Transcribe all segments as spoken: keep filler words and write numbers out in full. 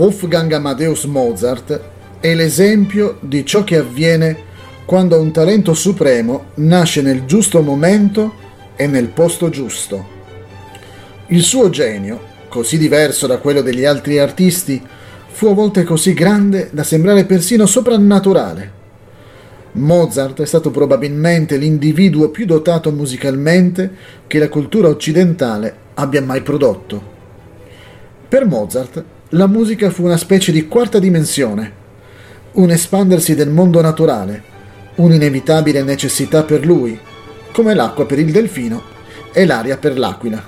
Wolfgang Amadeus Mozart è l'esempio di ciò che avviene quando un talento supremo nasce nel giusto momento e nel posto giusto. Il suo genio, così diverso da quello degli altri artisti, fu a volte così grande da sembrare persino soprannaturale. Mozart è stato probabilmente l'individuo più dotato musicalmente che la cultura occidentale abbia mai prodotto. Per Mozart, la musica fu una specie di quarta dimensione, un espandersi del mondo naturale, un'inevitabile necessità per lui, come l'acqua per il delfino e l'aria per l'aquila.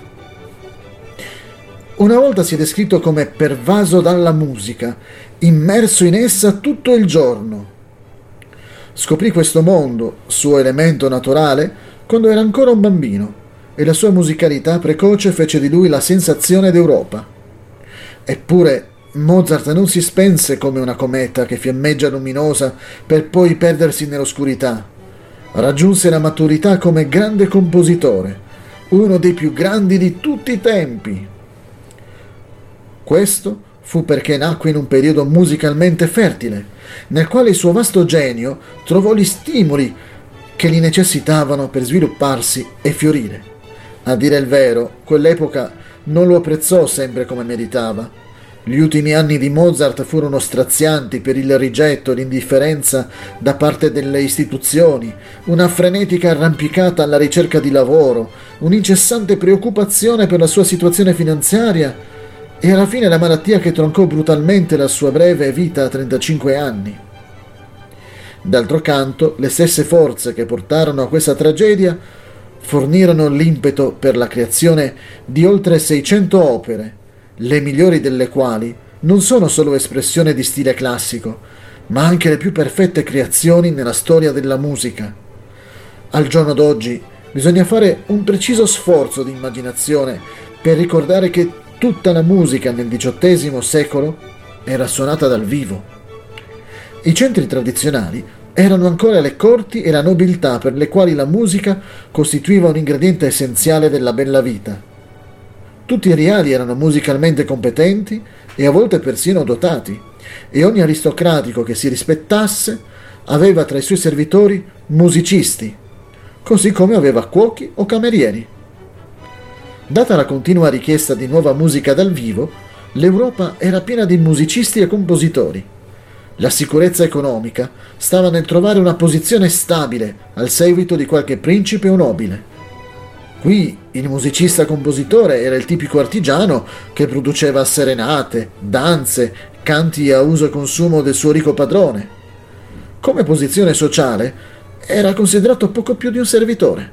Una volta si è descritto come pervaso dalla musica, immerso in essa tutto il giorno. Scoprì questo mondo, suo elemento naturale, quando era ancora un bambino, e la sua musicalità precoce fece di lui la sensazione d'Europa. Eppure Mozart non si spense come una cometa che fiammeggia luminosa per poi perdersi nell'oscurità. Raggiunse la maturità come grande compositore, uno dei più grandi di tutti i tempi. Questo fu perché nacque in un periodo musicalmente fertile, nel quale il suo vasto genio trovò gli stimoli che gli necessitavano per svilupparsi e fiorire. A dire il vero, quell'epoca non lo apprezzò sempre come meritava. Gli ultimi anni di Mozart furono strazianti per il rigetto e l'indifferenza da parte delle istituzioni, una frenetica arrampicata alla ricerca di lavoro, un'incessante preoccupazione per la sua situazione finanziaria e alla fine la malattia che troncò brutalmente la sua breve vita a trentacinque anni. D'altro canto, le stesse forze che portarono a questa tragedia fornirono l'impeto per la creazione di oltre seicento opere, le migliori delle quali non sono solo espressione di stile classico, ma anche le più perfette creazioni nella storia della musica. Al giorno d'oggi bisogna fare un preciso sforzo di immaginazione per ricordare che tutta la musica nel diciottesimo secolo era suonata dal vivo. I centri tradizionali erano ancora le corti e la nobiltà per le quali la musica costituiva un ingrediente essenziale della bella vita. Tutti i reali erano musicalmente competenti e a volte persino dotati, e ogni aristocratico che si rispettasse aveva tra i suoi servitori musicisti, così come aveva cuochi o camerieri. Data la continua richiesta di nuova musica dal vivo, l'Europa era piena di musicisti e compositori. La sicurezza economica stava nel trovare una posizione stabile al seguito di qualche principe o nobile. Qui il musicista-compositore era il tipico artigiano che produceva serenate, danze, canti a uso e consumo del suo ricco padrone. Come posizione sociale era considerato poco più di un servitore.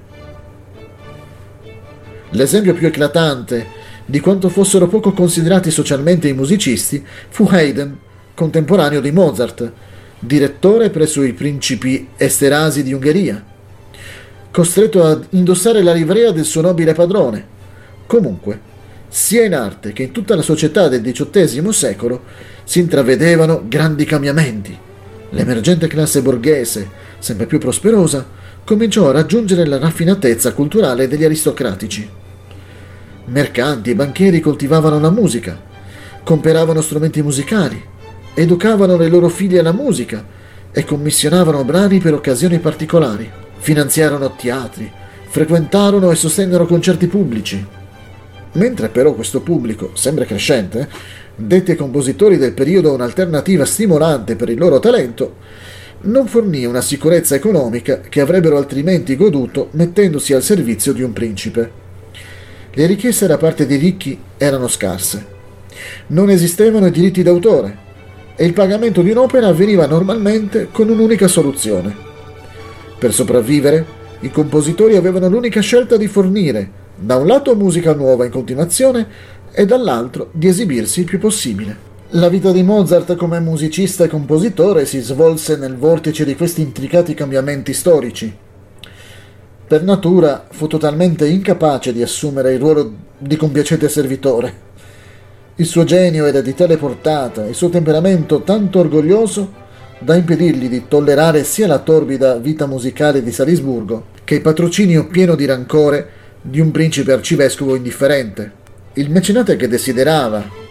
L'esempio più eclatante di quanto fossero poco considerati socialmente i musicisti fu Haydn, contemporaneo di Mozart, direttore presso i principi Esterasi di Ungheria, costretto ad indossare la livrea del suo nobile padrone. Comunque, sia in arte che in tutta la società del diciottesimo secolo si intravedevano grandi cambiamenti. L'emergente classe borghese, sempre più prosperosa, cominciò a raggiungere la raffinatezza culturale degli aristocratici. Mercanti e banchieri coltivavano la musica, comperavano strumenti musicali, educavano le loro figlie alla musica e commissionavano brani per occasioni particolari. Finanziarono teatri, frequentarono e sostennero concerti pubblici. Mentre però questo pubblico, sempre crescente, dette ai compositori del periodo un'alternativa stimolante per il loro talento, non fornì una sicurezza economica che avrebbero altrimenti goduto mettendosi al servizio di un principe. Le richieste da parte dei ricchi erano scarse. Non esistevano i diritti d'autore e il pagamento di un'opera avveniva normalmente con un'unica soluzione. Per sopravvivere, i compositori avevano l'unica scelta di fornire, da un lato musica nuova in continuazione e dall'altro di esibirsi il più possibile. La vita di Mozart come musicista e compositore si svolse nel vortice di questi intricati cambiamenti storici. Per natura fu totalmente incapace di assumere il ruolo di compiacente servitore. Il suo genio era di tale portata e il suo temperamento tanto orgoglioso da impedirgli di tollerare sia la torbida vita musicale di Salisburgo che il patrocinio pieno di rancore di un principe arcivescovo indifferente. Il mecenate che desiderava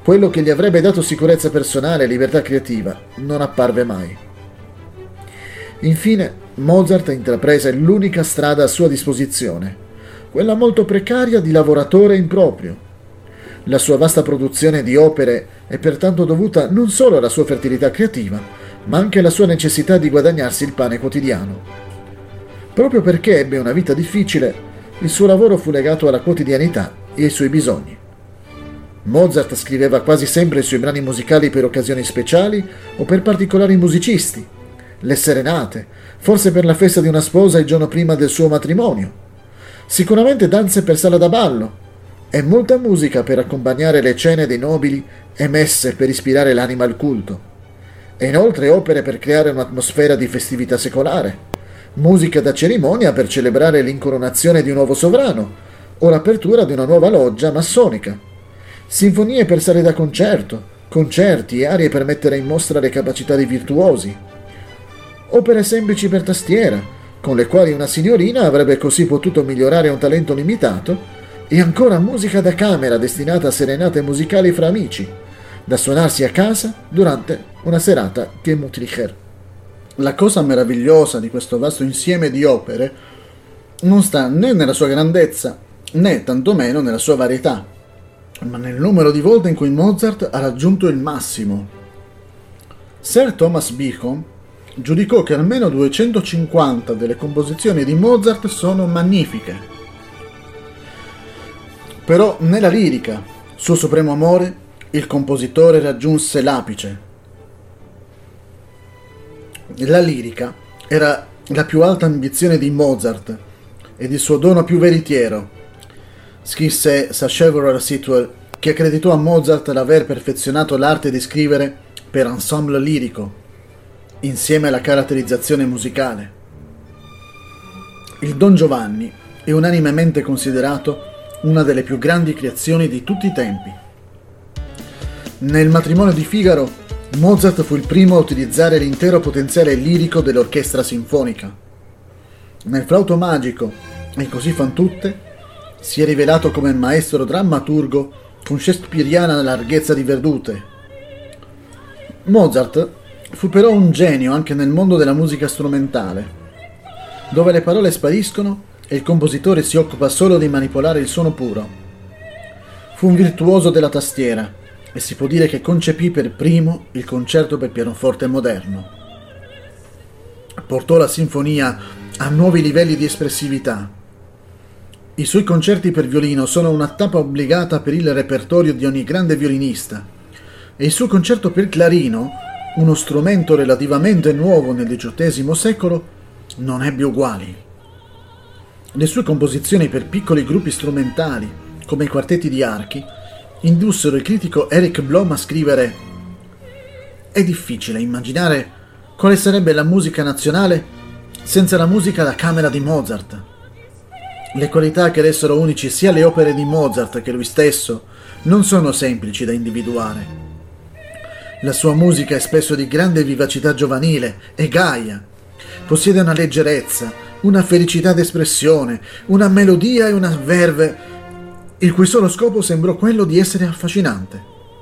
quello che gli avrebbe dato sicurezza personale e libertà creativa, non apparve mai. Infine, Mozart intraprese l'unica strada a sua disposizione, quella molto precaria di lavoratore improprio. La sua vasta produzione di opere è pertanto dovuta non solo alla sua fertilità creativa, ma anche alla sua necessità di guadagnarsi il pane quotidiano. Proprio perché ebbe una vita difficile, il suo lavoro fu legato alla quotidianità e ai suoi bisogni. Mozart scriveva quasi sempre i suoi brani musicali per occasioni speciali o per particolari musicisti, le serenate, forse per la festa di una sposa il giorno prima del suo matrimonio, sicuramente danze per sala da ballo e molta musica per accompagnare le cene dei nobili e messe per ispirare l'anima al culto, e inoltre opere per creare un'atmosfera di festività secolare, musica da cerimonia per celebrare l'incoronazione di un nuovo sovrano o l'apertura di una nuova loggia massonica, sinfonie per sale da concerto, concerti e arie per mettere in mostra le capacità dei virtuosi, opere semplici per tastiera, con le quali una signorina avrebbe così potuto migliorare un talento limitato, e ancora musica da camera destinata a serenate musicali fra amici, da suonarsi a casa durante una serata Gemütlicher. La cosa meravigliosa di questo vasto insieme di opere non sta né nella sua grandezza, né tantomeno nella sua varietà, ma nel numero di volte in cui Mozart ha raggiunto il massimo. Sir Thomas Bacon giudicò che almeno duecentocinquanta delle composizioni di Mozart sono magnifiche. Però nella lirica, suo supremo amore, il compositore raggiunse l'apice. La lirica era la più alta ambizione di Mozart ed il suo dono più veritiero. Scrisse Sacheverell Sitwell, che accreditò a Mozart l'aver perfezionato l'arte di scrivere per ensemble lirico, insieme alla caratterizzazione musicale. Il Don Giovanni è unanimemente considerato una delle più grandi creazioni di tutti i tempi. Nel Matrimonio di Figaro, Mozart fu il primo a utilizzare l'intero potenziale lirico dell'orchestra sinfonica. Nel Flauto Magico e Così fan tutte si è rivelato come maestro drammaturgo con shakespeariana larghezza di vedute. Mozart fu però un genio anche nel mondo della musica strumentale, dove le parole spariscono e il compositore si occupa solo di manipolare il suono puro. Fu un virtuoso della tastiera e si può dire che concepì per primo il concerto per pianoforte moderno. Portò la sinfonia a nuovi livelli di espressività. I suoi concerti per violino sono una tappa obbligata per il repertorio di ogni grande violinista, e il suo concerto per clarino, uno strumento relativamente nuovo nel diciottesimo secolo, non ebbe uguali. Le sue composizioni per piccoli gruppi strumentali, come i quartetti di archi, indussero il critico Eric Blom a scrivere: «È difficile immaginare quale sarebbe la musica nazionale senza la musica da camera di Mozart. Le qualità che ressero unici sia le opere di Mozart che lui stesso non sono semplici da individuare. La sua musica è spesso di grande vivacità giovanile e gaia, possiede una leggerezza, una felicità d'espressione, una melodia e una verve, il cui solo scopo sembrò quello di essere affascinante.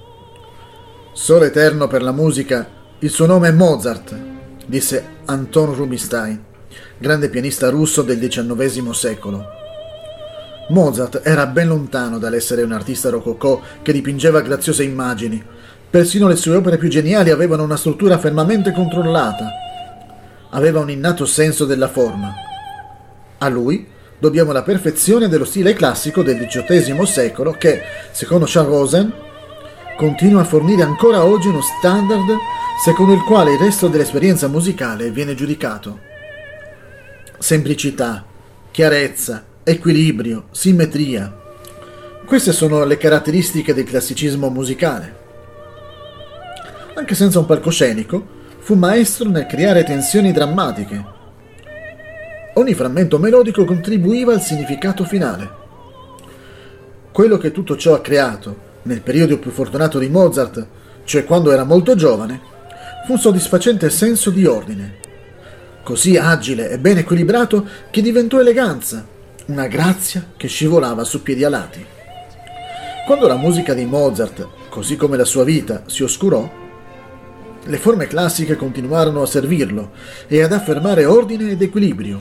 Solo eterno per la musica, il suo nome è Mozart», disse Anton Rubinstein, grande pianista russo del diciannovesimo secolo. Mozart era ben lontano dall'essere un artista rococò che dipingeva graziose immagini. Persino le sue opere più geniali avevano una struttura fermamente controllata. Aveva un innato senso della forma. A lui dobbiamo la perfezione dello stile classico del diciottesimo secolo che, secondo Charles Rosen, continua a fornire ancora oggi uno standard secondo il quale il resto dell'esperienza musicale viene giudicato. Semplicità, chiarezza, equilibrio, simmetria. Queste sono le caratteristiche del classicismo musicale. Anche senza un palcoscenico, fu maestro nel creare tensioni drammatiche. Ogni frammento melodico contribuiva al significato finale. Quello che tutto ciò ha creato, nel periodo più fortunato di Mozart, cioè quando era molto giovane, fu un soddisfacente senso di ordine, così agile e ben equilibrato che diventò eleganza, una grazia che scivolava su piedi alati. Quando la musica di Mozart, così come la sua vita, si oscurò, le forme classiche continuarono a servirlo e ad affermare ordine ed equilibrio.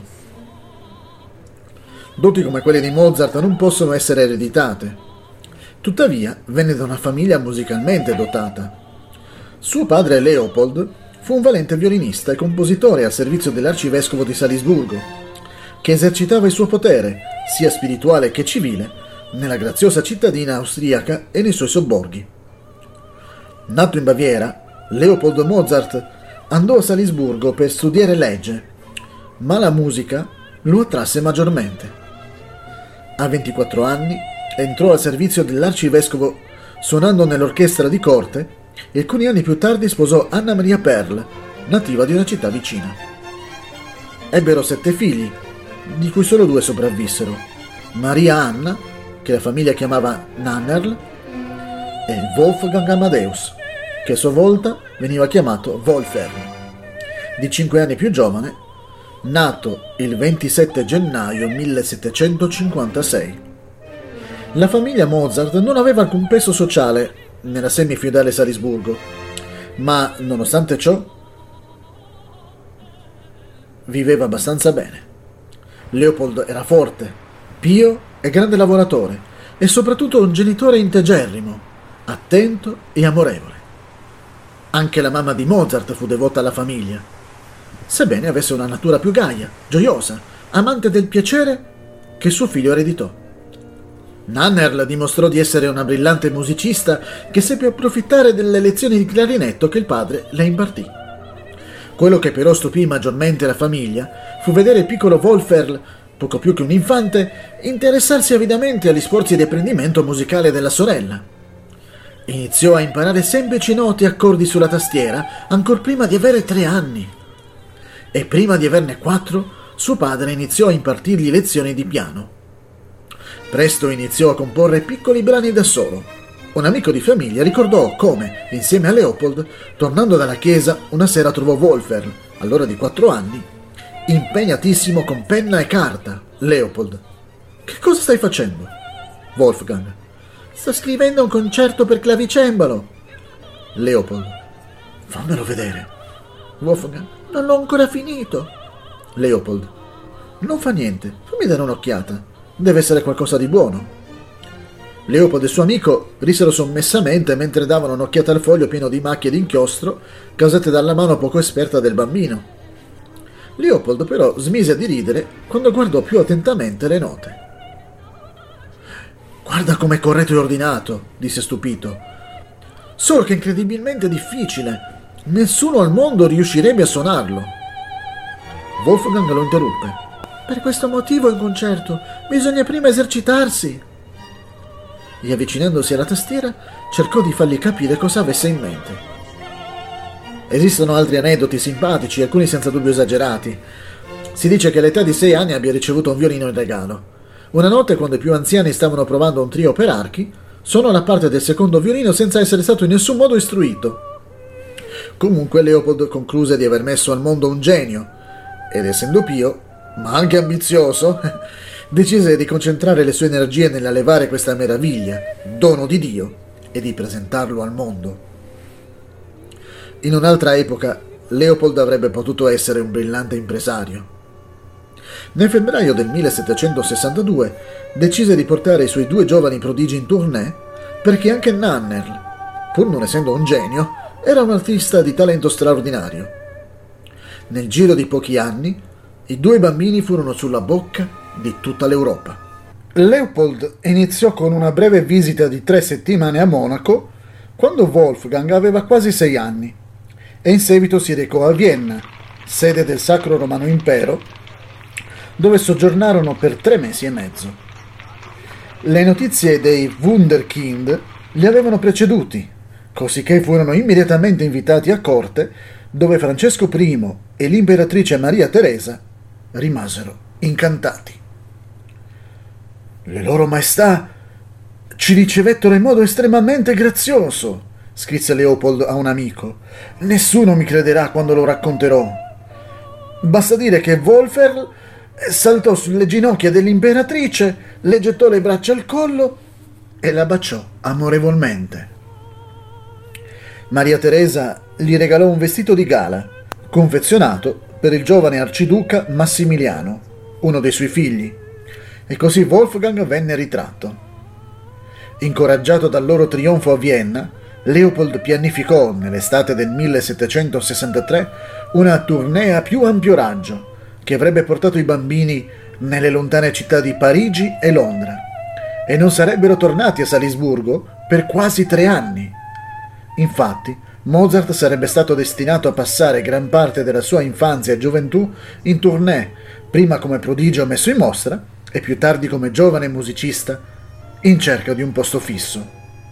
Doti come quelle di Mozart non possono essere ereditate. Tuttavia, venne da una famiglia musicalmente dotata. Suo padre Leopold fu un valente violinista e compositore al servizio dell'arcivescovo di Salisburgo, che esercitava il suo potere, sia spirituale che civile, nella graziosa cittadina austriaca e nei suoi sobborghi. Nato in Baviera, Leopold Mozart andò a Salisburgo per studiare legge, ma la musica lo attrasse maggiormente. A ventiquattro anni entrò al servizio dell'arcivescovo suonando nell'orchestra di corte e alcuni anni più tardi sposò Anna Maria Perl, nativa di una città vicina. Ebbero sette figli, di cui solo due sopravvissero: Maria Anna, che la famiglia chiamava Nannerl, e Wolfgang Amadeus, che a sua volta veniva chiamato Wolfgang, di cinque anni più giovane, nato il ventisette gennaio millesettecentocinquantasei. La famiglia Mozart non aveva alcun peso sociale nella semifeudale Salisburgo, ma nonostante ciò viveva abbastanza bene. Leopold era forte, pio e grande lavoratore e soprattutto un genitore integerrimo, attento e amorevole. Anche la mamma di Mozart fu devota alla famiglia, sebbene avesse una natura più gaia, gioiosa, amante del piacere che suo figlio ereditò. Nannerl dimostrò di essere una brillante musicista che seppe approfittare delle lezioni di clarinetto che il padre le impartì. Quello che però stupì maggiormente la famiglia fu vedere il piccolo Wolfgang, poco più che un infante, interessarsi avidamente agli sforzi di apprendimento musicale della sorella. Iniziò a imparare semplici note e accordi sulla tastiera ancor prima di avere tre anni. E prima di averne quattro, suo padre iniziò a impartirgli lezioni di piano. Presto iniziò a comporre piccoli brani da solo. Un amico di famiglia ricordò come, insieme a Leopold, tornando dalla chiesa, una sera trovò Wolfgang, allora di quattro anni, impegnatissimo con penna e carta. Leopold: «Che cosa stai facendo?» Wolfgang: «Sto scrivendo un concerto per clavicembalo». Leopold: «Fammelo vedere». Wolfgang: «Non l'ho ancora finito». Leopold: «Non fa niente, fammi dare un'occhiata. Deve essere qualcosa di buono». Leopold e suo amico risero sommessamente mentre davano un'occhiata al foglio pieno di macchie d'inchiostro causate dalla mano poco esperta del bambino. Leopold però smise di ridere quando guardò più attentamente le note. «Guarda com'è corretto e ordinato», disse stupito. «Solo che è incredibilmente difficile. Nessuno al mondo riuscirebbe a suonarlo». Wolfgang lo interruppe. «Per questo motivo in concerto bisogna prima esercitarsi». E avvicinandosi alla tastiera cercò di fargli capire cosa avesse in mente. Esistono altri aneddoti simpatici, alcuni senza dubbio esagerati. Si dice che all'età di sei anni abbia ricevuto un violino in regalo. Una notte, quando i più anziani stavano provando un trio per archi, suonò la parte del secondo violino senza essere stato in nessun modo istruito. Comunque Leopold concluse di aver messo al mondo un genio ed, essendo pio, ma anche ambizioso, decise di concentrare le sue energie nell'allevare questa meraviglia, dono di Dio, e di presentarlo al mondo. In un'altra epoca, Leopold avrebbe potuto essere un brillante impresario. Nel febbraio del millesettecentosessantadue decise di portare i suoi due giovani prodigi in tournée perché anche Nannerl, pur non essendo un genio, era un artista di talento straordinario. Nel giro di pochi anni, i due bambini furono sulla bocca di tutta l'Europa. Leopold iniziò con una breve visita di tre settimane a Monaco, quando Wolfgang aveva quasi sei anni, e in seguito si recò a Vienna, sede del Sacro Romano Impero, dove soggiornarono per tre mesi e mezzo. Le notizie dei Wunderkind li avevano preceduti, cosicché furono immediatamente invitati a corte, dove Francesco I e l'imperatrice Maria Teresa rimasero incantati. «Le loro maestà ci ricevettero in modo estremamente grazioso», scrisse Leopold a un amico. «Nessuno mi crederà quando lo racconterò. Basta dire che Wolfgang saltò sulle ginocchia dell'imperatrice, le gettò le braccia al collo e la baciò amorevolmente. Maria Teresa gli regalò un vestito di gala, confezionato per il giovane arciduca Massimiliano, uno dei suoi figli, e così Wolfgang venne ritratto. Incoraggiato dal loro trionfo a Vienna, Leopold pianificò, nell'estate del millesettecentosessantatré, una tournée a più ampio raggio, che avrebbe portato i bambini nelle lontane città di Parigi e Londra, e non sarebbero tornati a Salisburgo per quasi tre anni. Infatti, Mozart sarebbe stato destinato a passare gran parte della sua infanzia e gioventù in tournée, prima come prodigio messo in mostra e più tardi come giovane musicista in cerca di un posto fisso.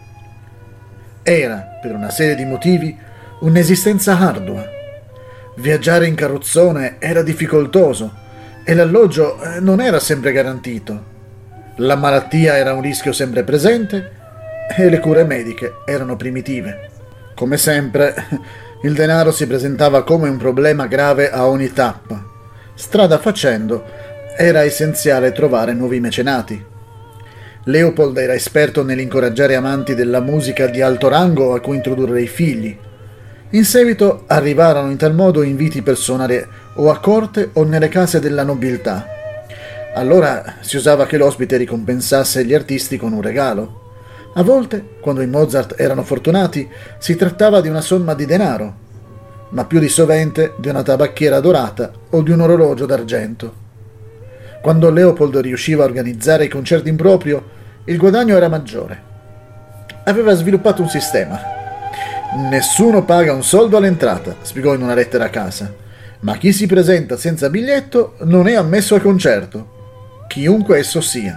Era, per una serie di motivi, un'esistenza ardua. Viaggiare in carrozzone era difficoltoso e l'alloggio non era sempre garantito. La malattia era un rischio sempre presente e le cure mediche erano primitive. Come sempre, il denaro si presentava come un problema grave a ogni tappa. Strada facendo, era essenziale trovare nuovi mecenati. Leopold era esperto nell'incoraggiare amanti della musica di alto rango a cui introdurre i figli. In seguito arrivarono in tal modo inviti per suonare o a corte o nelle case della nobiltà. Allora si usava che l'ospite ricompensasse gli artisti con un regalo. A volte, quando i Mozart erano fortunati, si trattava di una somma di denaro, ma più di sovente di una tabacchiera dorata o di un orologio d'argento. Quando Leopold riusciva a organizzare i concerti in proprio, il guadagno era maggiore. Aveva sviluppato un sistema. Nessuno paga un soldo all'entrata, spiegò in una lettera a casa, ma chi si presenta senza biglietto non è ammesso al concerto, chiunque esso sia.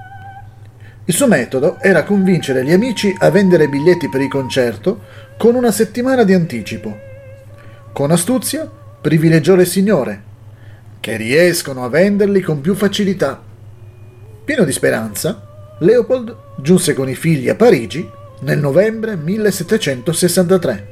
Il suo metodo era convincere gli amici a vendere biglietti per il concerto con una settimana di anticipo. Con astuzia privilegiò le signore, che riescono a venderli con più facilità. Pieno di speranza, Leopold giunse con i figli a Parigi nel novembre millesettecentosessantatré.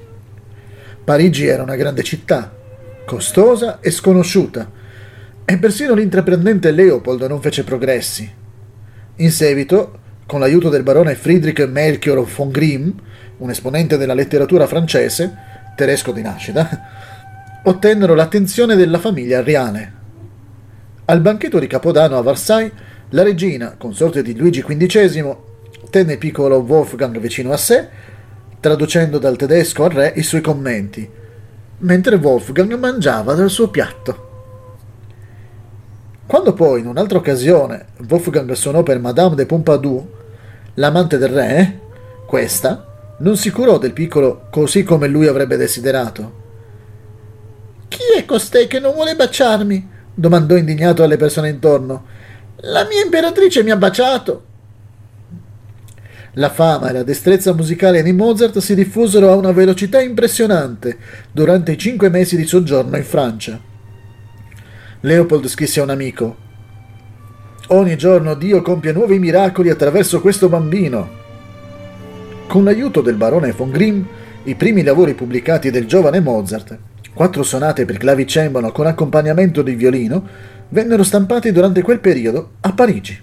Parigi era una grande città, costosa e sconosciuta, e persino l'intraprendente Leopold non fece progressi. In seguito, con l'aiuto del barone Friedrich Melchior von Grimm, un esponente della letteratura francese, tedesco di nascita, ottennero l'attenzione della famiglia reale. Al banchetto di Capodanno a Versailles, la regina, consorte di Luigi quindicesimo, tenne il piccolo Wolfgang vicino a sé, traducendo dal tedesco al re i suoi commenti, mentre Wolfgang mangiava dal suo piatto. Quando poi, in un'altra occasione, Wolfgang suonò per Madame de Pompadour, l'amante del re, questa non si curò del piccolo così come lui avrebbe desiderato. «Chi è costei che non vuole baciarmi?» domandò indignato alle persone intorno. «La mia imperatrice mi ha baciato!» La fama e la destrezza musicale di Mozart si diffusero a una velocità impressionante durante i cinque mesi di soggiorno in Francia. Leopold scrisse a un amico: «Ogni giorno Dio compie nuovi miracoli attraverso questo bambino». Con l'aiuto del barone von Grimm, i primi lavori pubblicati del giovane Mozart, quattro sonate per clavicembalo con accompagnamento di violino, vennero stampati durante quel periodo a Parigi.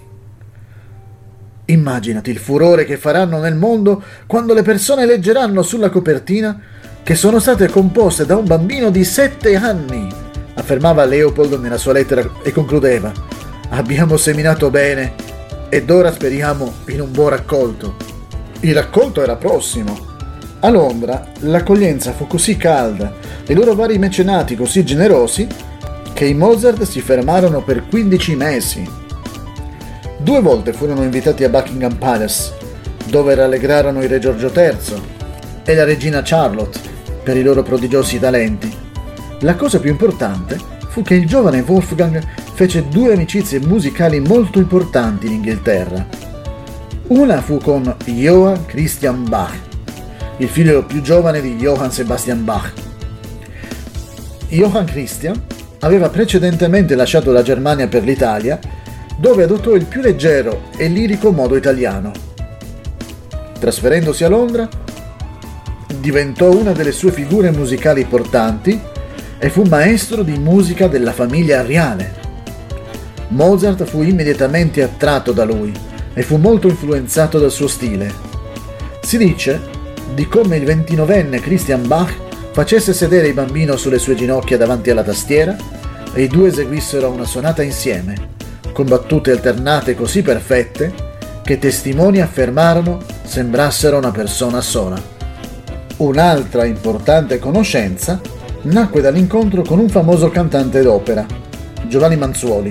Immaginati il furore che faranno nel mondo quando le persone leggeranno sulla copertina che sono state composte da un bambino di sette anni, affermava Leopold nella sua lettera e concludeva: «Abbiamo seminato bene ed ora speriamo in un buon raccolto». Il raccolto era prossimo. A Londra l'accoglienza fu così calda e i loro vari mecenati così generosi che i Mozart si fermarono per quindici mesi. Due volte furono invitati a Buckingham Palace, dove rallegrarono il re Giorgio terzo e la regina Charlotte per i loro prodigiosi talenti. La cosa più importante fu che il giovane Wolfgang fece due amicizie musicali molto importanti in Inghilterra. Una fu con Johann Christian Bach, il figlio più giovane di Johann Sebastian Bach. Johann Christian aveva precedentemente lasciato la Germania per l'Italia, dove adottò il più leggero e lirico modo italiano. Trasferendosi a Londra, diventò una delle sue figure musicali portanti e fu maestro di musica della famiglia reale. Mozart fu immediatamente attratto da lui e fu molto influenzato dal suo stile. Si dice di come il ventinovenne Christian Bach facesse sedere il bambino sulle sue ginocchia davanti alla tastiera e i due eseguissero una sonata insieme, con battute alternate così perfette che testimoni affermarono sembrassero una persona sola. Un'altra importante conoscenza nacque dall'incontro con un famoso cantante d'opera, Giovanni Manzuoli.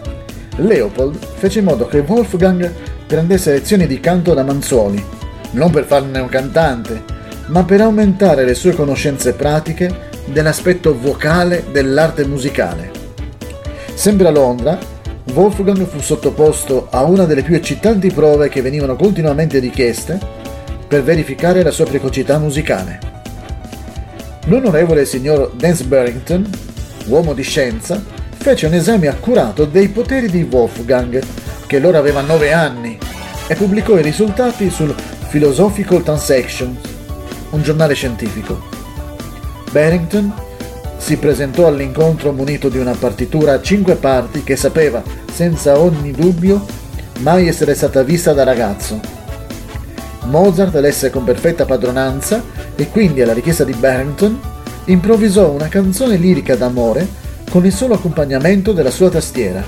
Leopold fece in modo che Wolfgang prendesse lezioni di canto da Manzuoli, non per farne un cantante, ma per aumentare le sue conoscenze pratiche dell'aspetto vocale dell'arte musicale. Sempre a Londra, Wolfgang fu sottoposto a una delle più eccitanti prove che venivano continuamente richieste per verificare la sua precocità musicale. L'onorevole signor Dance Barrington, uomo di scienza, fece un esame accurato dei poteri di Wolfgang, che allora aveva nove anni, e pubblicò i risultati sul Philosophical Transactions, un giornale scientifico. Barrington si presentò all'incontro munito di una partitura a cinque parti che sapeva, senza ogni dubbio, mai essere stata vista da ragazzo. Mozart lesse con perfetta padronanza e quindi, alla richiesta di Barrington, improvvisò una canzone lirica d'amore con il solo accompagnamento della sua tastiera.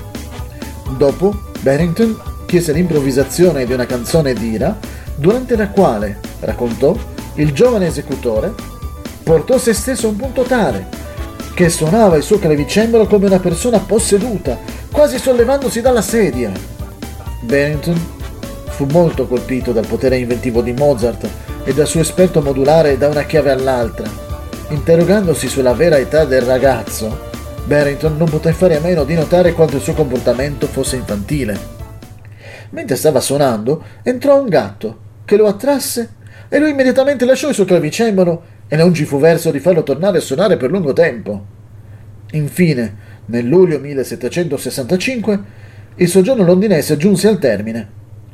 Dopo, Barrington chiese l'improvvisazione di una canzone d'ira, durante la quale, raccontò, il giovane esecutore portò se stesso a un punto tale che suonava il suo clavicembalo come una persona posseduta, quasi sollevandosi dalla sedia. Barrington fu molto colpito dal potere inventivo di Mozart e dal suo esperto modulare da una chiave all'altra. Interrogandosi sulla vera età del ragazzo, Barrington non poté fare a meno di notare quanto il suo comportamento fosse infantile. Mentre stava suonando, entrò un gatto che lo attrasse e lui immediatamente lasciò il suo clavicembalo e non ci fu verso di farlo tornare a suonare per lungo tempo. Infine, nel luglio millesettecentosessantacinque, il soggiorno londinese giunse al termine.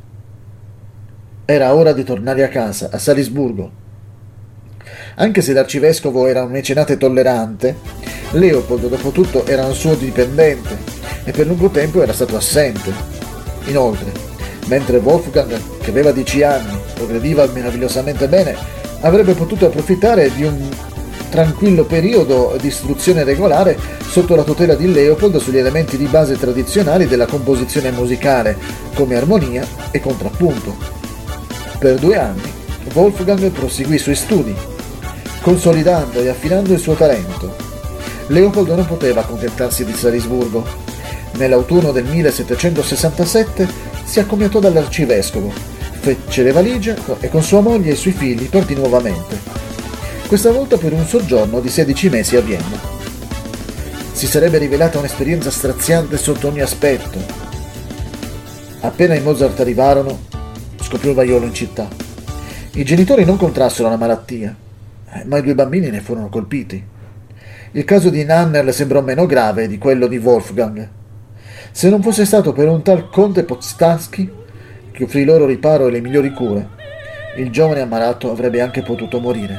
Era ora di tornare a casa, a Salisburgo. Anche se l'arcivescovo era un mecenate tollerante, Leopold dopo tutto era un suo dipendente e per lungo tempo era stato assente. Inoltre, mentre Wolfgang, che aveva dieci anni, progrediva meravigliosamente bene, avrebbe potuto approfittare di un tranquillo periodo di istruzione regolare sotto la tutela di Leopold sugli elementi di base tradizionali della composizione musicale, come armonia e contrappunto. Per due anni, Wolfgang proseguì i suoi studi, consolidando e affinando il suo talento. Leopold non poteva accontentarsi di Salisburgo. Nell'autunno del millesettecentosessantasette si accomiatò dall'arcivescovo, fece le valigie e con sua moglie e i suoi figli partì nuovamente, questa volta per un soggiorno di sedici mesi a Vienna. Si sarebbe rivelata un'esperienza straziante sotto ogni aspetto. Appena i Mozart arrivarono, scoppiò il vaiolo in città. I genitori non contrassero la malattia, ma i due bambini ne furono colpiti. Il caso di Nannerl sembrò meno grave di quello di Wolfgang. Se non fosse stato per un tal conte Podstansky, che offrì loro riparo e le migliori cure, il giovane ammalato avrebbe anche potuto morire.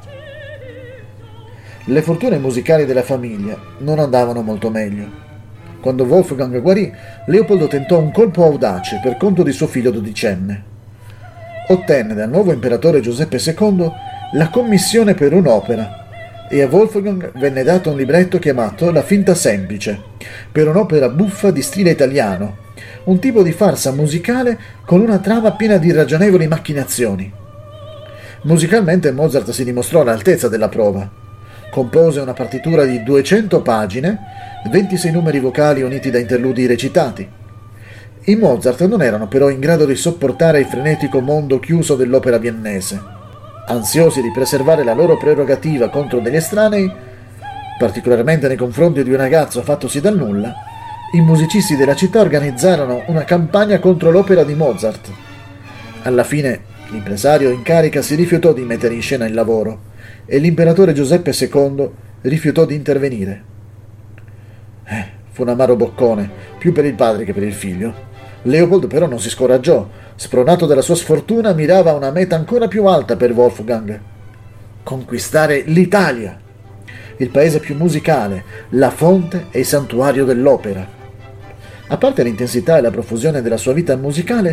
Le fortune musicali della famiglia non andavano molto meglio. Quando Wolfgang guarì, Leopoldo tentò un colpo audace per conto di suo figlio dodicenne. Ottenne dal nuovo imperatore Giuseppe secondo la commissione per un'opera e a Wolfgang venne dato un libretto chiamato La finta semplice, per un'opera buffa di stile italiano, un tipo di farsa musicale con una trama piena di irragionevoli macchinazioni. Musicalmente Mozart si dimostrò all'altezza della prova. Compose una partitura di duecento pagine, ventisei numeri vocali uniti da interludi recitati. I Mozart non erano però in grado di sopportare il frenetico mondo chiuso dell'opera viennese. Ansiosi di preservare la loro prerogativa contro degli estranei, particolarmente nei confronti di un ragazzo fattosi dal nulla, i musicisti della città organizzarono una campagna contro l'opera di Mozart. Alla fine, l'impresario in carica si rifiutò di mettere in scena il lavoro e l'imperatore Giuseppe secondo rifiutò di intervenire. Eh, fu un amaro boccone, più per il padre che per il figlio. Leopold però non si scoraggiò. Spronato dalla sua sfortuna, mirava a una meta ancora più alta per Wolfgang: conquistare l'Italia, il paese più musicale, la fonte e il santuario dell'opera. A parte l'intensità e la profusione della sua vita musicale,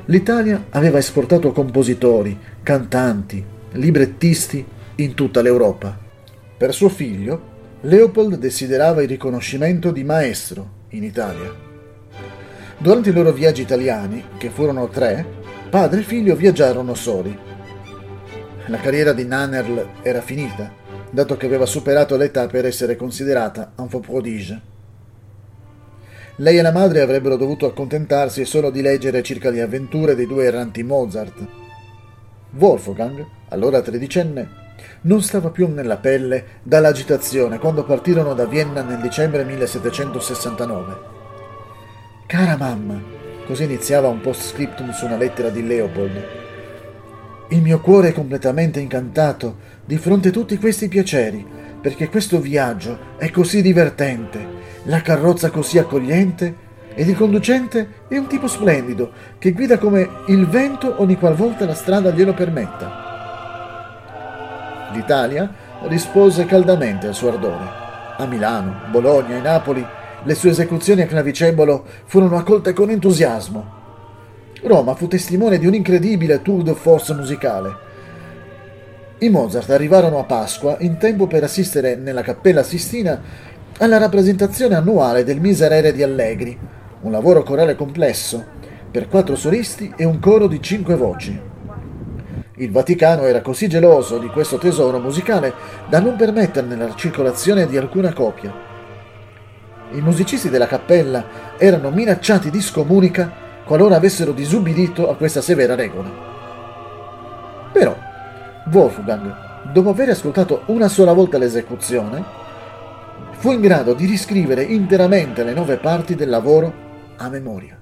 l'Italia aveva esportato compositori, cantanti, librettisti in tutta l'Europa. Per suo figlio, Leopold desiderava il riconoscimento di maestro in Italia. Durante i loro viaggi italiani, che furono tre, padre e figlio viaggiarono soli. La carriera di Nannerl era finita, dato che aveva superato l'età per essere considerata enfant prodige. Lei e la madre avrebbero dovuto accontentarsi solo di leggere circa le avventure dei due erranti Mozart. Wolfgang, allora tredicenne, non stava più nella pelle dall'agitazione quando partirono da Vienna nel dicembre millesettecentosessantanove. Cara mamma, così iniziava un postscriptum su una lettera di Leopold. Il mio cuore è completamente incantato di fronte a tutti questi piaceri, perché questo viaggio è così divertente, la carrozza così accogliente ed il conducente è un tipo splendido che guida come il vento ogni qualvolta la strada glielo permetta. L'Italia rispose caldamente al suo ardore. A Milano, Bologna e Napoli le sue esecuzioni a clavicembalo furono accolte con entusiasmo. Roma fu testimone di un incredibile tour de force musicale. I Mozart arrivarono a Pasqua in tempo per assistere nella Cappella Sistina alla rappresentazione annuale del Miserere di Allegri, un lavoro corale complesso, per quattro solisti e un coro di cinque voci. Il Vaticano era così geloso di questo tesoro musicale da non permetterne la circolazione di alcuna copia. I musicisti della cappella erano minacciati di scomunica qualora avessero disubbidito a questa severa regola. Però Wolfgang, dopo aver ascoltato una sola volta l'esecuzione, fu in grado di riscrivere interamente le nove parti del lavoro a memoria.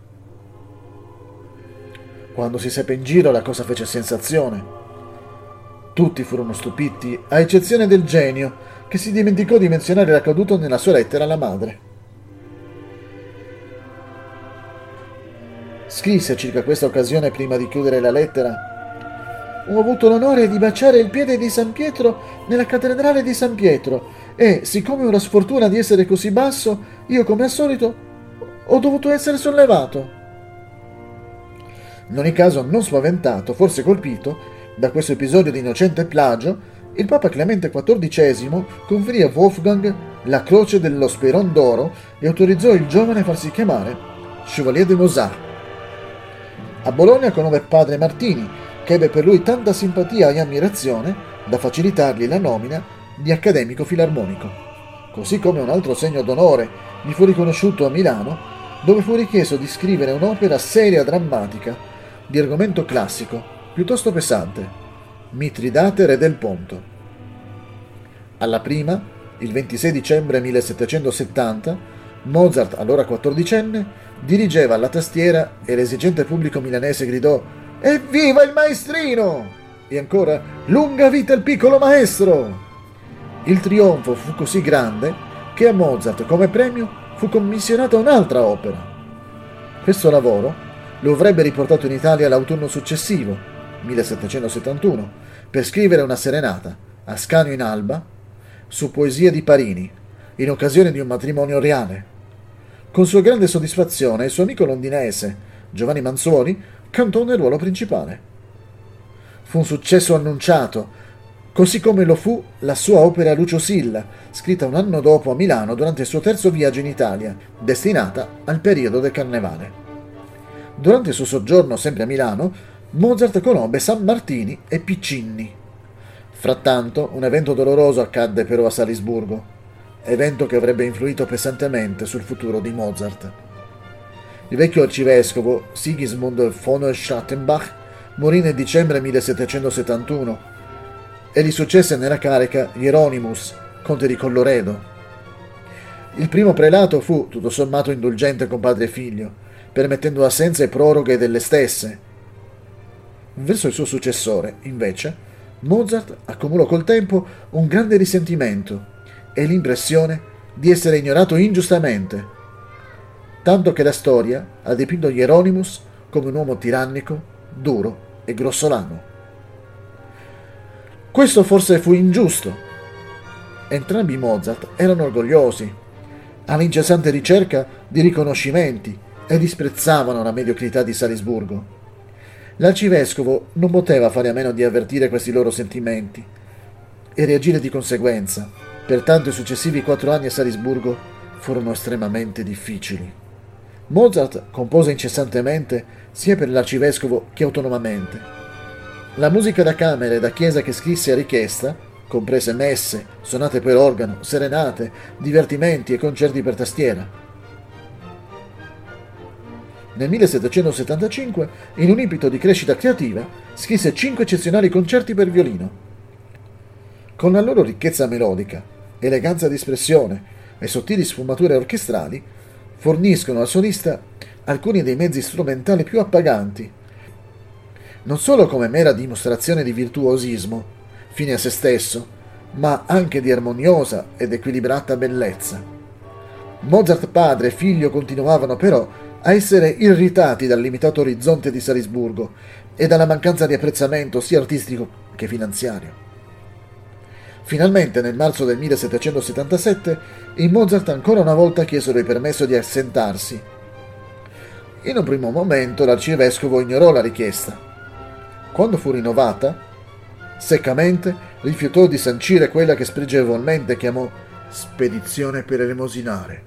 Quando si seppe in giro, la cosa fece sensazione. Tutti furono stupiti, a eccezione del genio, che si dimenticò di menzionare l'accaduto nella sua lettera alla madre. Scrisse circa questa occasione prima di chiudere la lettera: ho avuto l'onore di baciare il piede di San Pietro nella cattedrale di San Pietro e, siccome ho la sfortuna di essere così basso, io, come al solito, ho dovuto essere sollevato. In ogni caso, non spaventato, forse colpito, da questo episodio di innocente plagio, il Papa Clemente quattordicesimo conferì a Wolfgang la croce dello Speron d'oro e autorizzò il giovane a farsi chiamare Chevalier de Mozart. A Bologna conobbe padre Martini, che ebbe per lui tanta simpatia e ammirazione da facilitargli la nomina di accademico filarmonico. Così come un altro segno d'onore gli fu riconosciuto a Milano, dove fu richiesto di scrivere un'opera seria drammatica di argomento classico, piuttosto pesante, Mitridate re del Ponto. Alla prima, il ventisei dicembre millesettecentosettanta, Mozart, allora quattordicenne, dirigeva alla tastiera e l'esigente pubblico milanese gridò «Evviva il maestrino!» e ancora «Lunga vita il piccolo maestro!». Il trionfo fu così grande che a Mozart, come premio, fu commissionata un'altra opera. Questo lavoro lo avrebbe riportato in Italia l'autunno successivo, millesettecentosettantuno, per scrivere una serenata, Ascanio in alba, su poesie di Parini, in occasione di un matrimonio reale. Con sua grande soddisfazione, il suo amico londinese, Giovanni Manzoni, cantò nel ruolo principale. Fu un successo annunciato, così come lo fu la sua opera Lucio Silla, scritta un anno dopo a Milano durante il suo terzo viaggio in Italia, destinata al periodo del Carnevale. Durante il suo soggiorno sempre a Milano, Mozart conobbe San Martini e Piccinni. Frattanto, un evento doloroso accadde però a Salisburgo, evento che avrebbe influito pesantemente sul futuro di Mozart. Il vecchio arcivescovo Sigismund von Schattenbach morì nel dicembre millesettecentosettantuno e gli successe nella carica Hieronymus, conte di Colloredo. Il primo prelato fu, tutto sommato, indulgente con padre e figlio, permettendo assenze e proroghe delle stesse. Verso il suo successore, invece, Mozart accumulò col tempo un grande risentimento e l'impressione di essere ignorato ingiustamente, tanto che la storia ha dipinto Hieronymus come un uomo tirannico, duro e grossolano. Questo forse fu ingiusto. Entrambi i Mozart erano orgogliosi, all'incessante ricerca di riconoscimenti, e disprezzavano la mediocrità di Salisburgo. L'arcivescovo non poteva fare a meno di avvertire questi loro sentimenti e reagire di conseguenza. Pertanto i successivi quattro anni a Salisburgo furono estremamente difficili. Mozart compose incessantemente sia per l'arcivescovo che autonomamente. La musica da camera e da chiesa che scrisse a richiesta, comprese messe, sonate per organo, serenate, divertimenti e concerti per tastiera. Nel millesettecentosettantacinque, in un impeto di crescita creativa, scrisse cinque eccezionali concerti per violino. Con la loro ricchezza melodica, eleganza di espressione e sottili sfumature orchestrali, forniscono al solista alcuni dei mezzi strumentali più appaganti, non solo come mera dimostrazione di virtuosismo, fine a se stesso, ma anche di armoniosa ed equilibrata bellezza. Mozart padre e figlio continuavano però a essere irritati dal limitato orizzonte di Salisburgo e dalla mancanza di apprezzamento sia artistico che finanziario. Finalmente, nel marzo del millesettecentosettantasette, i Mozart ancora una volta chiesero il permesso di assentarsi. In un primo momento l'arcivescovo ignorò la richiesta. Quando fu rinnovata, seccamente rifiutò di sancire quella che spregevolmente chiamò spedizione per elemosinare.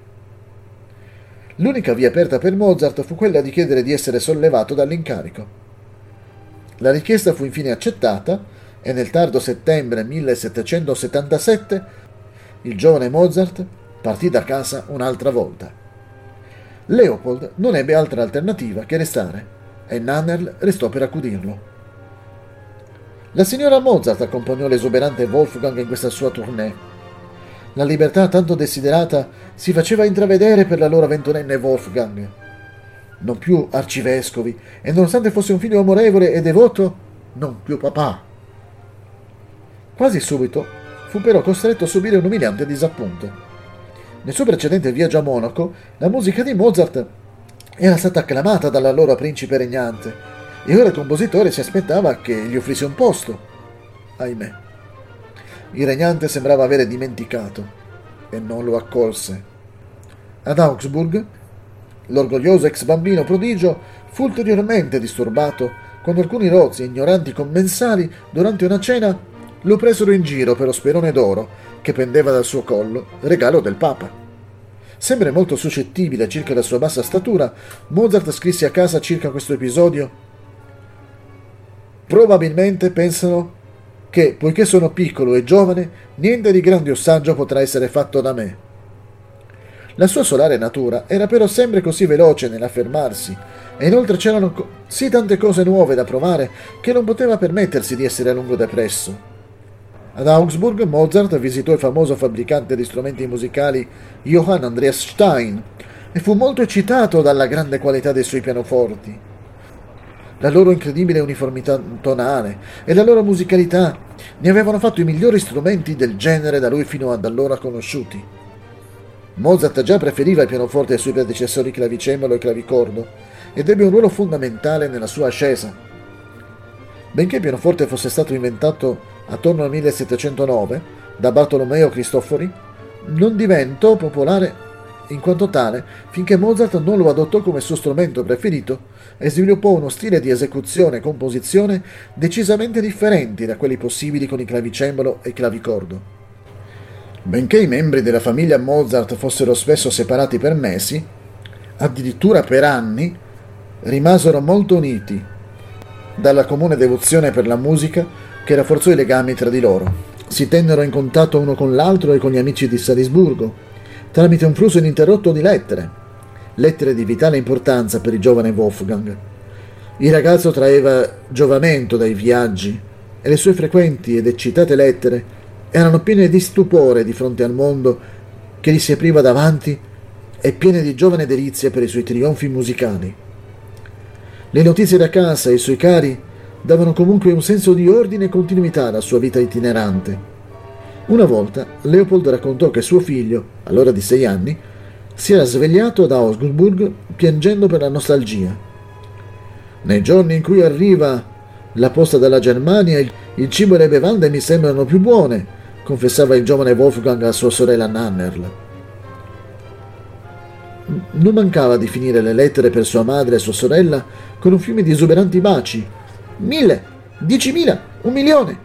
L'unica via aperta per Mozart fu quella di chiedere di essere sollevato dall'incarico. La richiesta fu infine accettata e nel tardo settembre millesettecentosettantasette il giovane Mozart partì da casa un'altra volta. Leopold non ebbe altra alternativa che restare e Nannerl restò per accudirlo. La signora Mozart accompagnò l'esuberante Wolfgang in questa sua tournée. La libertà tanto desiderata si faceva intravedere per la loro ventunenne Wolfgang. Non più arcivescovi, e nonostante fosse un figlio amorevole e devoto, non più papà. Quasi subito fu però costretto a subire un umiliante disappunto. Nel suo precedente viaggio a Monaco, la musica di Mozart era stata acclamata dall'allora principe regnante, e ora il compositore si aspettava che gli offrisse un posto. Ahimè. Il regnante sembrava avere dimenticato e non lo accolse. Ad Augsburg, l'orgoglioso ex bambino prodigio fu ulteriormente disturbato quando alcuni rozzi e ignoranti commensali, durante una cena, lo presero in giro per lo sperone d'oro che pendeva dal suo collo, regalo del Papa. Sempre molto suscettibile circa la sua bassa statura, Mozart scrisse a casa circa questo episodio: «Probabilmente pensano che, poiché sono piccolo e giovane, niente di grande o saggio potrà essere fatto da me». La sua solare natura era però sempre così veloce nell'affermarsi, e inoltre c'erano co- sì tante cose nuove da provare che non poteva permettersi di essere a lungo depresso. Ad Augsburg Mozart visitò il famoso fabbricante di strumenti musicali Johann Andreas Stein e fu molto eccitato dalla grande qualità dei suoi pianoforti. La loro incredibile uniformità tonale e la loro musicalità ne avevano fatto i migliori strumenti del genere da lui fino ad allora conosciuti. Mozart già preferiva il pianoforte ai suoi predecessori clavicembalo e clavicordo ed ebbe un ruolo fondamentale nella sua ascesa. Benché il pianoforte fosse stato inventato attorno al millesettecentonove da Bartolomeo Cristofori, non diventò popolare in quanto tale finché Mozart non lo adottò come suo strumento preferito e sviluppò uno stile di esecuzione e composizione decisamente differenti da quelli possibili con il clavicembalo e il clavicordo. Benché i membri della famiglia Mozart fossero spesso separati per mesi, addirittura per anni, rimasero molto uniti dalla comune devozione per la musica che rafforzò i legami tra di loro. Si tennero in contatto uno con l'altro e con gli amici di Salisburgo tramite un flusso ininterrotto di lettere, lettere di vitale importanza per il giovane Wolfgang. Il ragazzo traeva giovamento dai viaggi e le sue frequenti ed eccitate lettere erano piene di stupore di fronte al mondo che gli si apriva davanti e piene di giovane delizia per i suoi trionfi musicali. Le notizie da casa e i suoi cari davano comunque un senso di ordine e continuità alla sua vita itinerante. Una volta Leopold raccontò che suo figlio, allora di sei anni, si era svegliato ad Augsburg piangendo per la nostalgia. Nei giorni in cui arriva la posta dalla Germania, il cibo e le bevande mi sembrano più buone, confessava il giovane Wolfgang a sua sorella Nannerl. Non mancava di finire le lettere per sua madre e sua sorella con un fiume di esuberanti baci, mille, diecimila, un milione.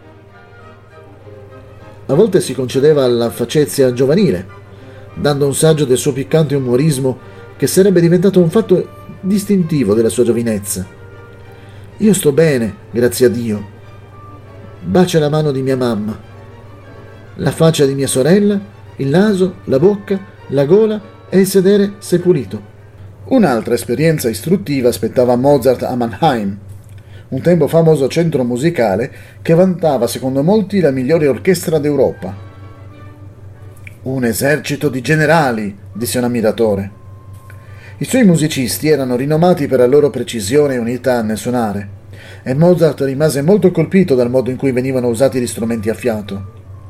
A volte si concedeva la facezia giovanile, dando un saggio del suo piccante umorismo che sarebbe diventato un fatto distintivo della sua giovinezza. Io sto bene, grazie a Dio. Bacia la mano di mia mamma, la faccia di mia sorella, il naso, la bocca, la gola e il sedere se pulito. Un'altra esperienza istruttiva aspettava Mozart a Mannheim, un tempo famoso centro musicale che vantava secondo molti la migliore orchestra d'Europa. Un esercito di generali, disse un ammiratore. I suoi musicisti erano rinomati per la loro precisione e unità nel suonare, e Mozart rimase molto colpito dal modo in cui venivano usati gli strumenti a fiato.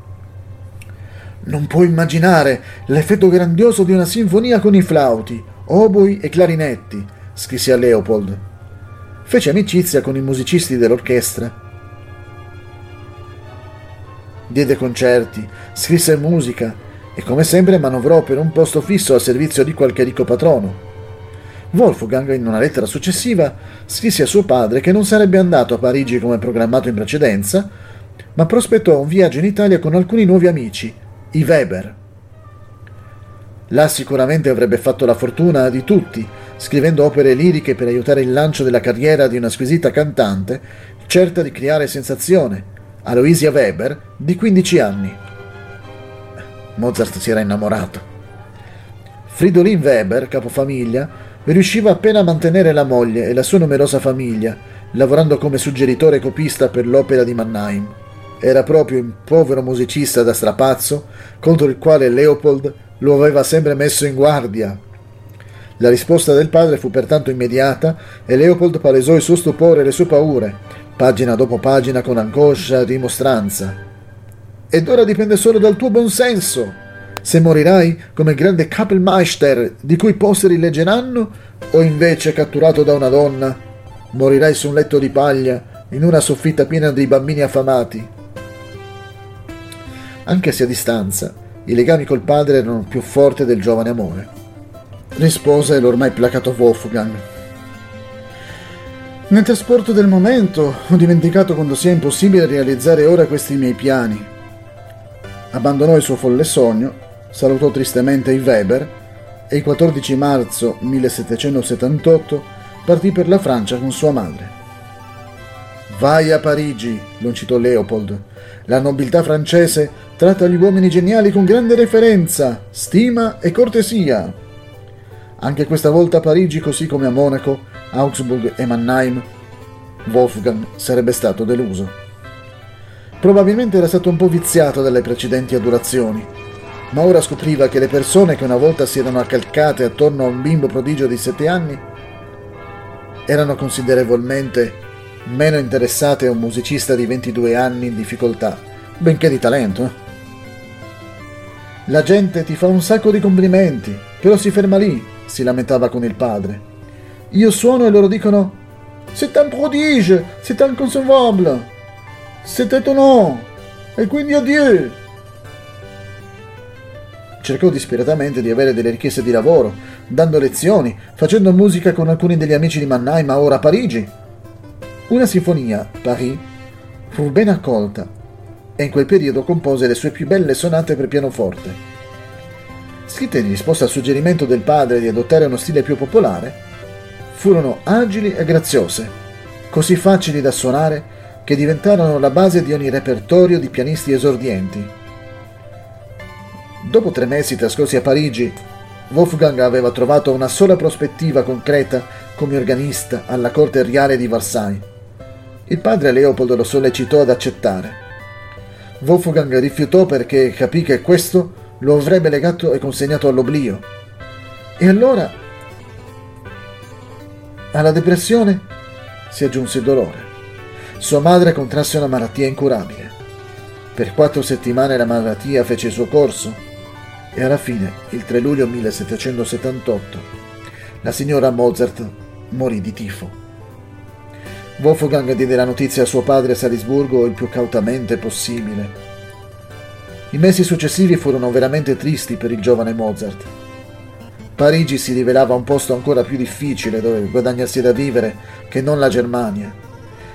Non puoi immaginare l'effetto grandioso di una sinfonia con i flauti, oboi e clarinetti, scrisse a Leopold. Fece amicizia con i musicisti dell'orchestra. Diede concerti, scrisse musica e come sempre manovrò per un posto fisso al servizio di qualche ricco patrono. Wolfgang, in una lettera successiva, scrisse a suo padre che non sarebbe andato a Parigi come programmato in precedenza, ma prospettò un viaggio in Italia con alcuni nuovi amici, i Weber. Là sicuramente avrebbe fatto la fortuna di tutti, scrivendo opere liriche per aiutare il lancio della carriera di una squisita cantante, certa di creare sensazione, Aloysia Weber, di quindici anni. Mozart si era innamorato. Fridolin Weber, capofamiglia, riusciva appena a mantenere la moglie e la sua numerosa famiglia, lavorando come suggeritore e copista per l'opera di Mannheim. Era proprio un povero musicista da strapazzo contro il quale Leopold lo aveva sempre messo in guardia. La risposta del padre fu pertanto immediata e Leopold palesò il suo stupore e le sue paure, pagina dopo pagina con angoscia e rimostranza. Ed ora dipende solo dal tuo buon senso, se morirai come il grande Kapellmeister di cui i posteri leggeranno, o invece, catturato da una donna, morirai su un letto di paglia in una soffitta piena di bambini affamati. Anche se a distanza, i legami col padre erano più forti del giovane amore. Rispose l'ormai placato Wolfgang. Nel trasporto del momento ho dimenticato quanto sia impossibile realizzare ora questi miei piani. Abbandonò il suo folle sogno, salutò tristemente i Weber e il quattordici marzo millesettecentosettantotto partì per la Francia con sua madre. Vai a Parigi, lo incitò Leopold. La nobiltà francese tratta gli uomini geniali con grande reverenza, stima e cortesia. Anche questa volta a Parigi, così come a Monaco, Augsburg e Mannheim, Wolfgang sarebbe stato deluso. Probabilmente era stato un po' viziato dalle precedenti adulazioni, ma ora scopriva che le persone che una volta si erano accalcate attorno a un bimbo prodigio di sette anni erano considerevolmente meno interessate a un musicista di ventidue anni in difficoltà, benché di talento. La gente ti fa un sacco di complimenti, però si ferma lì, si lamentava con il padre. Io suono e loro dicono «C'est un prodige, c'est inconcevable, c'est étonnant, e quindi adieu». Cercò disperatamente di avere delle richieste di lavoro, dando lezioni, facendo musica con alcuni degli amici di Mannheim, ma ora a Parigi. Una sinfonia, Paris, fu ben accolta e in quel periodo compose le sue più belle sonate per pianoforte. Scritte in risposta al suggerimento del padre di adottare uno stile più popolare, furono agili e graziose, così facili da suonare che diventarono la base di ogni repertorio di pianisti esordienti. Dopo tre mesi trascorsi a Parigi, Wolfgang aveva trovato una sola prospettiva concreta come organista alla corte reale di Versailles. Il padre Leopold lo sollecitò ad accettare. Wolfgang rifiutò perché capì che questo lo avrebbe legato e consegnato all'oblio. E allora, alla depressione si aggiunse il dolore. Sua madre contrasse una malattia incurabile. Per quattro settimane la malattia fece il suo corso e alla fine, il tre luglio millesettecentosettantotto, la signora Mozart morì di tifo. Wolfgang diede la notizia a suo padre a Salisburgo il più cautamente possibile. I mesi successivi furono veramente tristi per il giovane Mozart. Parigi si rivelava un posto ancora più difficile dove guadagnarsi da vivere che non la Germania.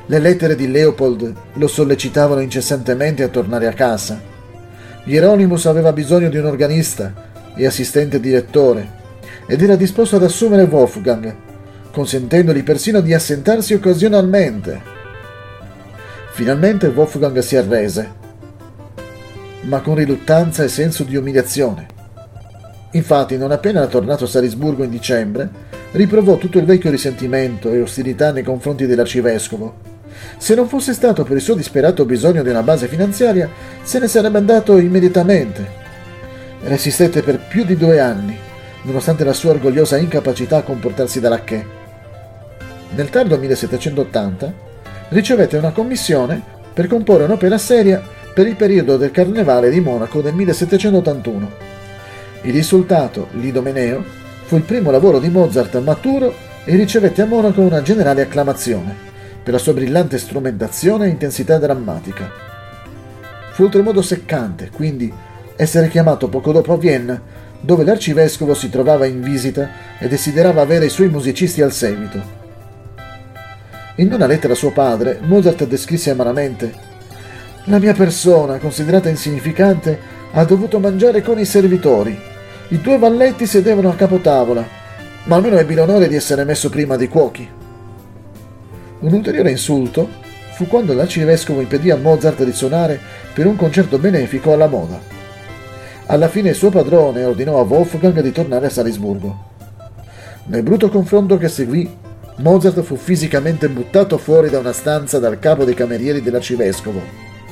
Le lettere di Leopold lo sollecitavano incessantemente a tornare a casa. Hieronymus aveva bisogno di un organista e assistente direttore ed era disposto ad assumere Wolfgang, consentendogli persino di assentarsi occasionalmente. Finalmente Wolfgang si arrese, ma con riluttanza e senso di umiliazione. Infatti, non appena era tornato a Salisburgo in dicembre, riprovò tutto il vecchio risentimento e ostilità nei confronti dell'arcivescovo. Se non fosse stato per il suo disperato bisogno di una base finanziaria, se ne sarebbe andato immediatamente. Resistette per più di due anni, nonostante la sua orgogliosa incapacità a comportarsi da lacchè. Nel tardo millesettecentottanta ricevette una commissione per comporre un'opera seria per il periodo del Carnevale di Monaco del millesettecentottantuno. Il risultato, l'Idomeneo, fu il primo lavoro di Mozart maturo e ricevette a Monaco una generale acclamazione per la sua brillante strumentazione e intensità drammatica. Fu oltremodo seccante, quindi, essere chiamato poco dopo a Vienna, dove l'arcivescovo si trovava in visita e desiderava avere i suoi musicisti al seguito. In una lettera a suo padre, Mozart descrisse amaramente: «La mia persona, considerata insignificante, ha dovuto mangiare con i servitori. I due valletti sedevano a capotavola, ma almeno ebbi l'onore di essere messo prima dei cuochi». Un ulteriore insulto fu quando l'arcivescovo impedì a Mozart di suonare per un concerto benefico alla moda. Alla fine il suo padrone ordinò a Wolfgang di tornare a Salisburgo. Nel brutto confronto che seguì, Mozart fu fisicamente buttato fuori da una stanza dal capo dei camerieri dell'arcivescovo.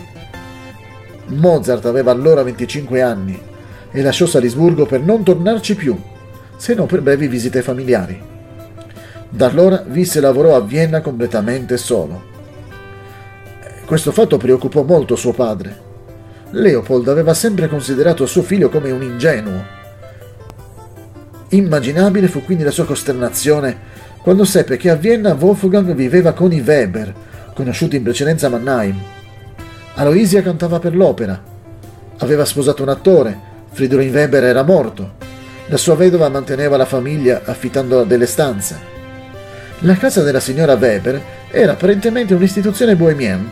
Mozart aveva allora venticinque anni e lasciò Salisburgo per non tornarci più, se non per brevi visite familiari. Da allora visse e lavorò a Vienna completamente solo. Questo fatto preoccupò molto suo padre. Leopold aveva sempre considerato suo figlio come un ingenuo. Immaginabile fu quindi la sua costernazione quando seppe che a Vienna Wolfgang viveva con i Weber, conosciuti in precedenza a Mannheim. Aloisia cantava per l'opera. Aveva sposato un attore, Fridolin Weber era morto. La sua vedova manteneva la famiglia affittando delle stanze. La casa della signora Weber era apparentemente un'istituzione bohemienne.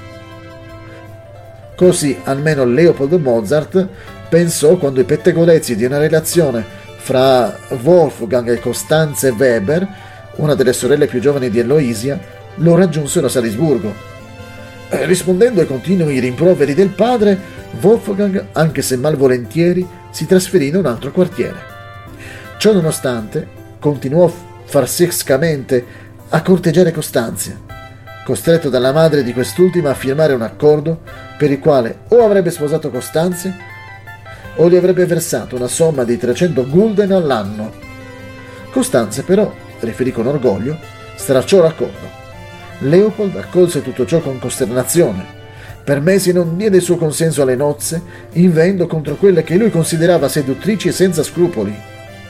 Così almeno Leopold Mozart pensò quando i pettegolezzi di una relazione fra Wolfgang e Costanze Weber, una delle sorelle più giovani di Aloisia, lo raggiunsero a Salisburgo. Rispondendo ai continui rimproveri del padre, Wolfgang, anche se malvolentieri, si trasferì in un altro quartiere. Ciò nonostante, continuò farsescamente a corteggiare Costanzia, costretto dalla madre di quest'ultima a firmare un accordo per il quale o avrebbe sposato Costanzia o gli avrebbe versato una somma di trecento gulden all'anno. Costanzia però, riferì con orgoglio, stracciò l'accordo. Leopold accolse tutto ciò con costernazione. Per mesi non diede il suo consenso alle nozze, inveendo contro quelle che lui considerava seduttrici e senza scrupoli.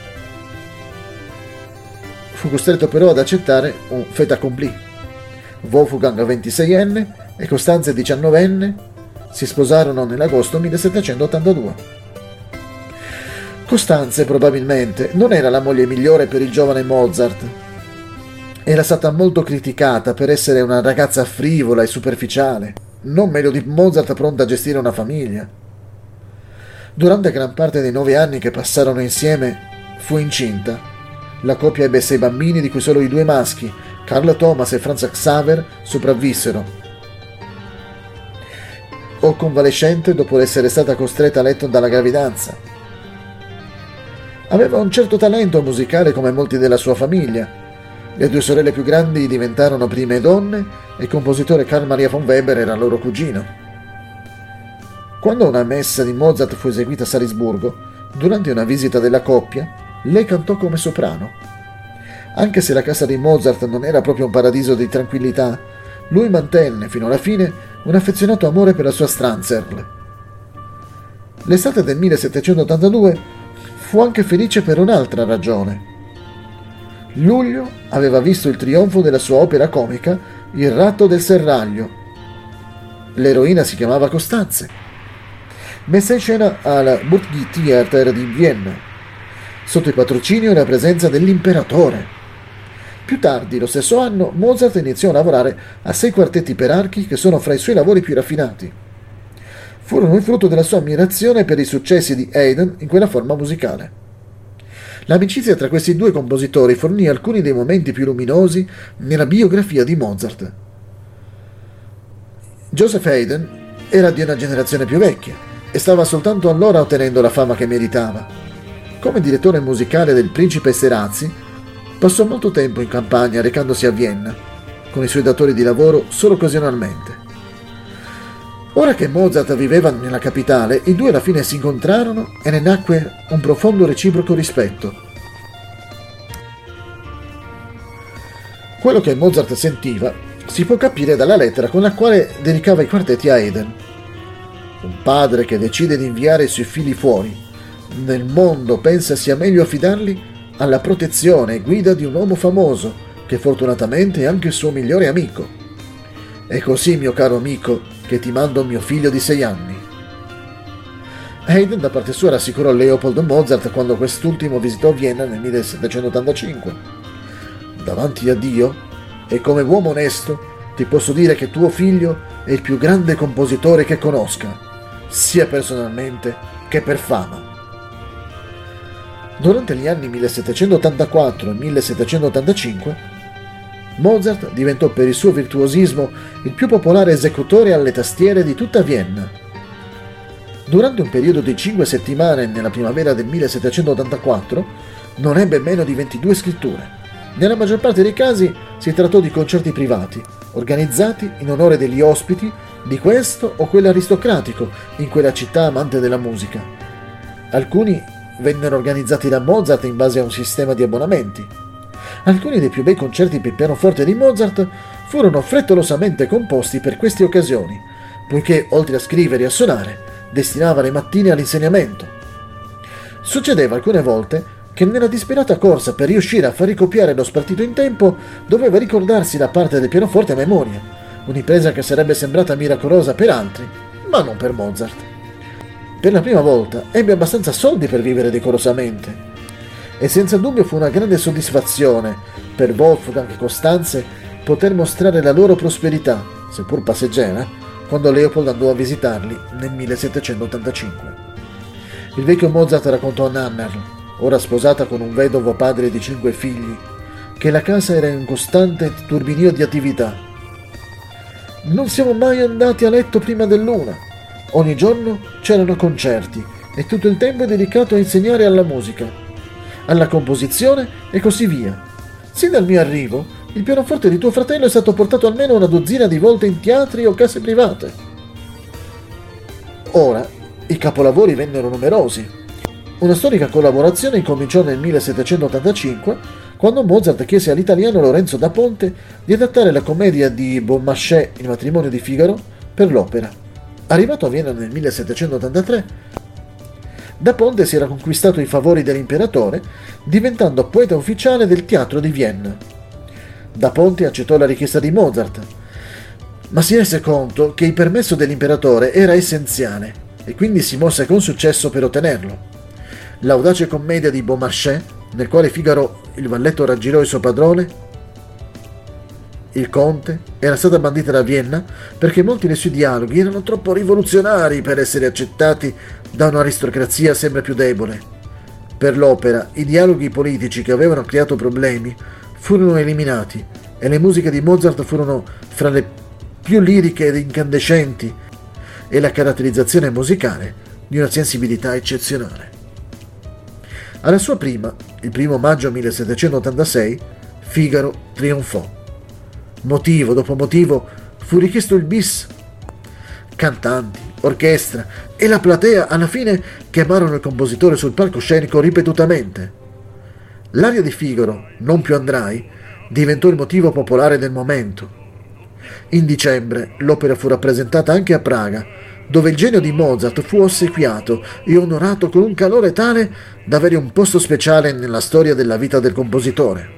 Fu costretto però ad accettare un fait accompli. Wolfgang ventiseienne e Costanza diciannovenne si sposarono nell'agosto millesettecentottantadue. Costanze probabilmente non era la moglie migliore per il giovane Mozart. Era stata molto criticata per essere una ragazza frivola e superficiale, non meglio di Mozart pronta a gestire una famiglia. Durante gran parte dei nove anni che passarono insieme, fu incinta. La coppia ebbe sei bambini, di cui solo i due maschi, Carl Thomas e Franz Xaver, sopravvissero. O convalescente dopo essere stata costretta a letto dalla gravidanza. Aveva un certo talento musicale come molti della sua famiglia. Le due sorelle più grandi diventarono prime donne e il compositore Carl Maria von Weber era loro cugino. Quando una messa di Mozart fu eseguita a Salisburgo, durante una visita della coppia, lei cantò come soprano. Anche se la casa di Mozart non era proprio un paradiso di tranquillità, lui mantenne fino alla fine un affezionato amore per la sua Stranzerl. L'estate del millesettecentottantadue fu anche felice per un'altra ragione. Luglio aveva visto il trionfo della sua opera comica Il ratto del serraglio. L'eroina si chiamava Costanze. Messa in scena al Burgtheater di Vienna, sotto il patrocinio e la presenza dell'imperatore. Più tardi, lo stesso anno, Mozart iniziò a lavorare a sei quartetti per archi che sono fra i suoi lavori più raffinati. Furono il frutto della sua ammirazione per i successi di Haydn in quella forma musicale. L'amicizia tra questi due compositori fornì alcuni dei momenti più luminosi nella biografia di Mozart. Joseph Haydn era di una generazione più vecchia e stava soltanto allora ottenendo la fama che meritava. Come direttore musicale del Principe Esterhazy, passò molto tempo in campagna recandosi a Vienna, con i suoi datori di lavoro solo occasionalmente. Ora che Mozart viveva nella capitale, i due alla fine si incontrarono e ne nacque un profondo reciproco rispetto. Quello che Mozart sentiva si può capire dalla lettera con la quale dedicava i quartetti a Haydn. Un padre che decide di inviare i suoi figli fuori nel mondo pensa sia meglio affidarli alla protezione e guida di un uomo famoso che fortunatamente è anche il suo migliore amico. È così, mio caro amico, che ti mando mio figlio di sei anni. Haydn da parte sua rassicurò Leopold Mozart quando quest'ultimo visitò Vienna nel millesettecentottantacinque. Davanti a Dio e come uomo onesto ti posso dire che tuo figlio è il più grande compositore che conosca, sia personalmente che per fama. Durante gli anni millesettecentottantaquattro e millesettecentottantacinque Mozart diventò per il suo virtuosismo il più popolare esecutore alle tastiere di tutta Vienna. Durante un periodo di cinque settimane nella primavera del millesettecentottantaquattro non ebbe meno di ventidue scritture. Nella maggior parte dei casi si trattò di concerti privati, organizzati in onore degli ospiti di questo o quell'aristocratico in quella città amante della musica. Alcuni vennero organizzati da Mozart in base a un sistema di abbonamenti. Alcuni dei più bei concerti per pianoforte di Mozart furono frettolosamente composti per queste occasioni, poiché, oltre a scrivere e a suonare, destinava le mattine all'insegnamento. Succedeva alcune volte che nella disperata corsa per riuscire a far ricopiare lo spartito in tempo doveva ricordarsi la parte del pianoforte a memoria, un'impresa che sarebbe sembrata miracolosa per altri, ma non per Mozart. Per la prima volta ebbe abbastanza soldi per vivere decorosamente, e senza dubbio fu una grande soddisfazione per Wolfgang e Costanze poter mostrare la loro prosperità, seppur passeggera, quando Leopold andò a visitarli nel millesettecentottantacinque. Il vecchio Mozart raccontò a Nannerl, ora sposata con un vedovo padre di cinque figli, che la casa era in un costante turbinio di attività. Non siamo mai andati a letto prima dell'una. Ogni giorno c'erano concerti e tutto il tempo è dedicato a insegnare alla musica, alla composizione e così via. Sin dal mio arrivo, il pianoforte di tuo fratello è stato portato almeno una dozzina di volte in teatri o case private. Ora, i capolavori vennero numerosi. Una storica collaborazione incominciò nel millesettecentottantacinque, quando Mozart chiese all'italiano Lorenzo da Ponte di adattare la commedia di Beaumarchais Il matrimonio di Figaro per l'opera. Arrivato a Vienna nel millesettecentottantatré, Da Ponte si era conquistato i favori dell'imperatore, diventando poeta ufficiale del teatro di Vienna. Da Ponte accettò la richiesta di Mozart, ma si rese conto che il permesso dell'imperatore era essenziale e quindi si mosse con successo per ottenerlo. L'audace commedia di Beaumarchais, nel quale Figaro, il valletto, raggirò il suo padrone, il conte, era stata bandita da Vienna perché molti dei suoi dialoghi erano troppo rivoluzionari per essere accettati da un'aristocrazia sempre più debole. Per l'opera, i dialoghi politici che avevano creato problemi furono eliminati e le musiche di Mozart furono fra le più liriche ed incandescenti e la caratterizzazione musicale di una sensibilità eccezionale. Alla sua prima, il primo maggio millesettecentottantasei, Figaro trionfò. Motivo dopo motivo fu richiesto il bis. Cantanti, orchestra e la platea alla fine chiamarono il compositore sul palcoscenico ripetutamente. L'aria di Figaro, Non più andrai, diventò il motivo popolare del momento. In dicembre l'opera fu rappresentata anche a Praga, dove il genio di Mozart fu ossequiato e onorato con un calore tale da avere un posto speciale nella storia della vita del compositore.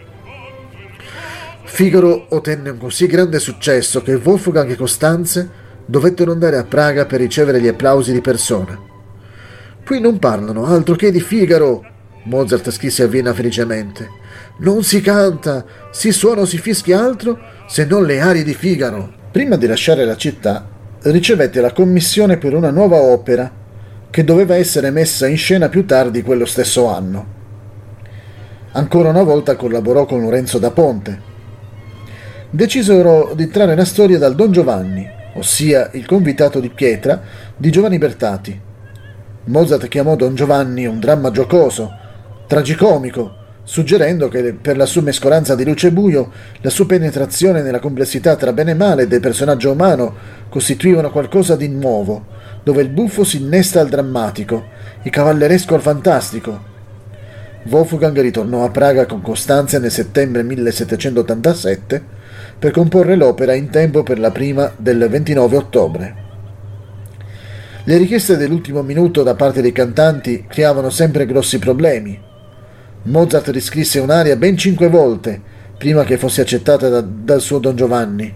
Figaro ottenne un così grande successo che Wolfgang e Costanze dovettero andare a Praga per ricevere gli applausi di persona. Qui non parlano altro che di Figaro, Mozart scrisse a Vienna felicemente. Non si canta, si suona o si fischia altro se non le arie di Figaro. Prima di lasciare la città, ricevette la commissione per una nuova opera che doveva essere messa in scena più tardi quello stesso anno. Ancora una volta collaborò con Lorenzo da Ponte. Decisero di trarre la storia dal Don Giovanni, ossia il convitato di pietra di Giovanni Bertati. Mozart chiamò Don Giovanni un dramma giocoso, tragicomico, suggerendo che per la sua mescolanza di luce e buio, la sua penetrazione nella complessità tra bene e male del personaggio umano costituivano qualcosa di nuovo, dove il buffo si innesta al drammatico, il cavalleresco al fantastico. Wolfgang ritornò a Praga con Costanza nel settembre millesettecentottantasette per comporre l'opera in tempo per la prima del ventinove ottobre. Le richieste dell'ultimo minuto da parte dei cantanti creavano sempre grossi problemi. Mozart riscrisse un'aria ben cinque volte prima che fosse accettata da, dal suo Don Giovanni.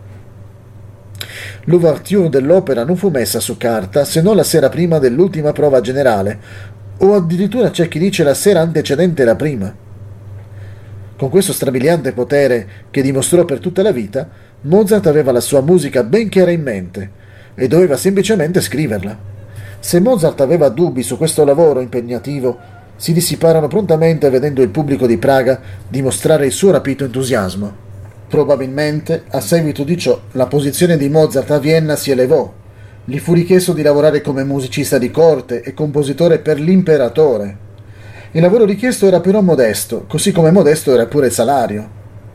L'ouverture dell'opera non fu messa su carta se non la sera prima dell'ultima prova generale, o addirittura c'è chi dice la sera antecedente la prima. Con questo strabiliante potere che dimostrò per tutta la vita, Mozart aveva la sua musica ben chiara in mente e doveva semplicemente scriverla. Se Mozart aveva dubbi su questo lavoro impegnativo, si dissiparono prontamente vedendo il pubblico di Praga dimostrare il suo rapito entusiasmo. Probabilmente, a seguito di ciò, la posizione di Mozart a Vienna si elevò. Gli fu richiesto di lavorare come musicista di corte e compositore per l'imperatore. Il lavoro richiesto era però modesto, così come modesto era pure il salario.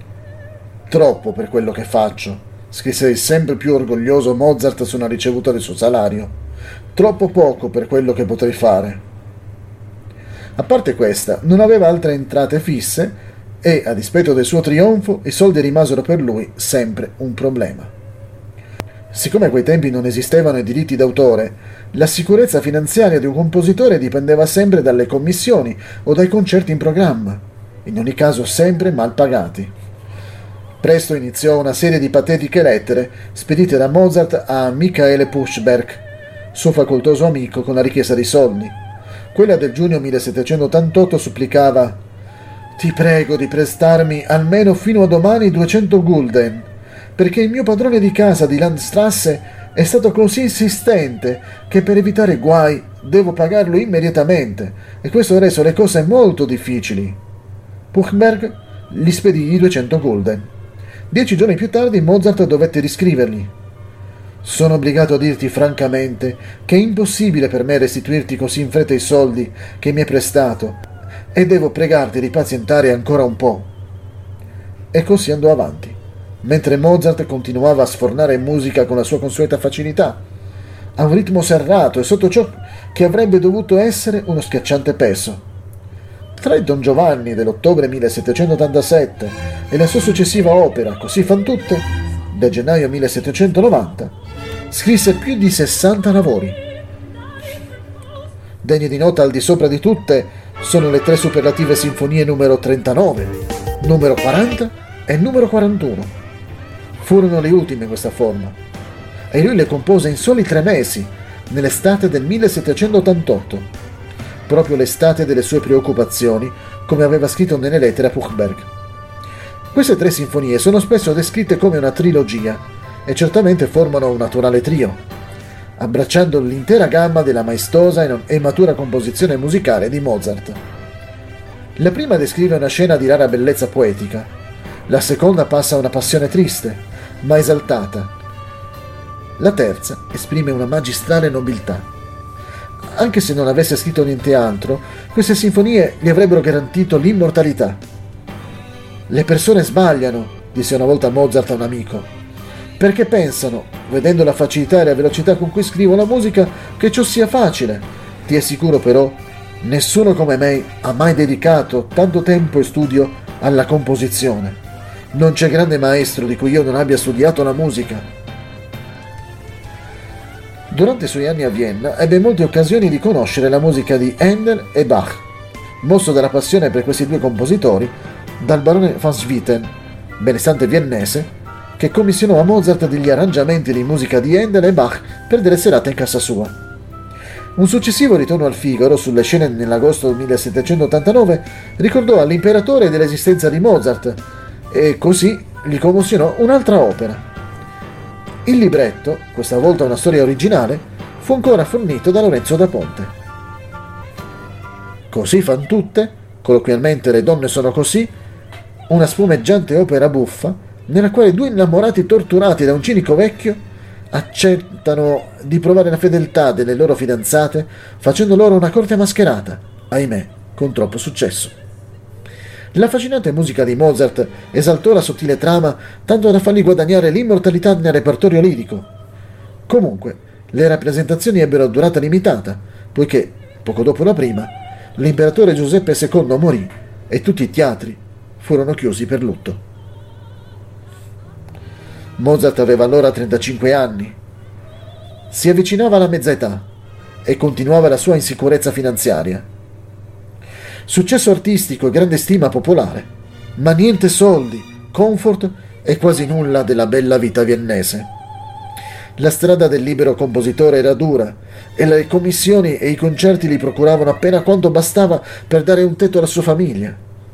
Troppo per quello che faccio, scrisse il sempre più orgoglioso Mozart su una ricevuta del suo salario. Troppo poco per quello che potrei fare. A parte questa, non aveva altre entrate fisse e, a dispetto del suo trionfo, i soldi rimasero per lui sempre un problema. Siccome a quei tempi non esistevano i diritti d'autore, la sicurezza finanziaria di un compositore dipendeva sempre dalle commissioni o dai concerti in programma, in ogni caso sempre mal pagati. Presto iniziò una serie di patetiche lettere spedite da Mozart a Michaele Puschberg, suo facoltoso amico, con la richiesta di soldi. Quella del giugno millesettecentottantotto supplicava: «Ti prego di prestarmi almeno fino a domani duecento gulden, perché il mio padrone di casa di Landstrasse è stato così insistente che per evitare guai devo pagarlo immediatamente, e questo ha reso le cose molto difficili». Puchberg gli spedì i duecento gulden. Dieci giorni più tardi Mozart dovette riscrivergli: «Sono obbligato a dirti francamente che è impossibile per me restituirti così in fretta i soldi che mi hai prestato e devo pregarti di pazientare ancora un po'». E così andò avanti, mentre Mozart continuava a sfornare musica con la sua consueta facilità, a un ritmo serrato e sotto ciò che avrebbe dovuto essere uno schiacciante peso. Tra il Don Giovanni dell'ottobre millesettecentottantasette e la sua successiva opera Così fan tutte, del gennaio millesettecentonovanta, scrisse più di sessanta lavori. Degne di nota al di sopra di tutte sono le tre superlative sinfonie numero trentanove, numero quaranta e numero quarantuno. Furono le ultime in questa forma, e lui le compose in soli tre mesi, nell'estate del millesettecentottantotto, proprio l'estate delle sue preoccupazioni, come aveva scritto nelle lettere a Puchberg. Queste tre sinfonie sono spesso descritte come una trilogia, e certamente formano un naturale trio, abbracciando l'intera gamma della maestosa e matura composizione musicale di Mozart. La prima descrive una scena di rara bellezza poetica, la seconda passa una passione triste, ma esaltata. La terza esprime una magistrale nobiltà. Anche se non avesse scritto niente altro, queste sinfonie gli avrebbero garantito l'immortalità. «Le persone sbagliano», disse una volta Mozart a un amico, «perché pensano, vedendo la facilità e la velocità con cui scrivo la musica, che ciò sia facile. Ti assicuro però, nessuno come me ha mai dedicato tanto tempo e studio alla composizione. Non c'è grande maestro di cui io non abbia studiato la musica». Durante i suoi anni a Vienna ebbe molte occasioni di conoscere la musica di Handel e Bach. Mosso dalla passione per questi due compositori, dal barone van Swieten, benestante viennese, che commissionò a Mozart degli arrangiamenti di musica di Handel e Bach per delle serate in casa sua. Un successivo ritorno al Figaro sulle scene nell'agosto millesettecentottantanove ricordò all'imperatore dell'esistenza di Mozart e così gli commissionò un'altra opera. Il libretto, questa volta una storia originale, fu ancora fornito da Lorenzo da Ponte. Così fan tutte, colloquialmente le donne sono così, una spumeggiante opera buffa nella quale due innamorati torturati da un cinico vecchio accettano di provare la fedeltà delle loro fidanzate facendo loro una corte mascherata, ahimè, con troppo successo. L'affascinante musica di Mozart esaltò la sottile trama tanto da fargli guadagnare l'immortalità nel repertorio lirico. Comunque, le rappresentazioni ebbero durata limitata, poiché, poco dopo la prima, l'imperatore Giuseppe secondo morì e tutti i teatri furono chiusi per lutto. Mozart aveva allora trentacinque anni. Si avvicinava alla mezza età e continuava la sua insicurezza finanziaria. Successo artistico e grande stima popolare, ma niente soldi, comfort e quasi nulla della bella vita viennese. La strada del libero compositore era dura e le commissioni e i concerti gli procuravano appena quanto bastava per dare un tetto alla sua famiglia.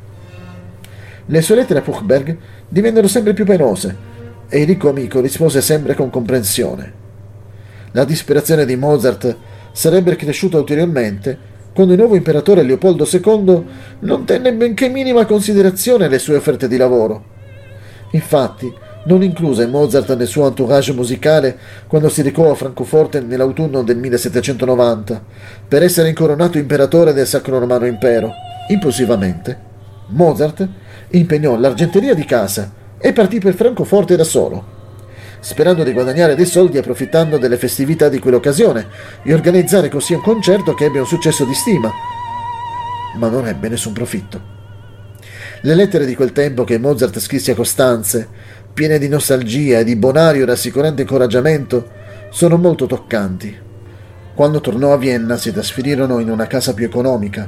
Le sue lettere a Puchberg divennero sempre più penose e il ricco amico rispose sempre con comprensione. La disperazione di Mozart sarebbe cresciuta ulteriormente quando il nuovo imperatore Leopoldo secondo non tenne benché minima considerazione le sue offerte di lavoro. Infatti, non incluse Mozart nel suo entourage musicale quando si recò a Francoforte nell'autunno del millesettecentonovanta per essere incoronato imperatore del Sacro Romano Impero. Impulsivamente, Mozart impegnò l'argenteria di casa e partì per Francoforte da solo, sperando di guadagnare dei soldi approfittando delle festività di quell'occasione e organizzare così un concerto che ebbe un successo di stima, ma non ebbe nessun profitto. Le lettere di quel tempo che Mozart scrisse a Costanze, piene di nostalgia e di bonario e rassicurante incoraggiamento, sono molto toccanti. Quando tornò a Vienna si trasferirono in una casa più economica.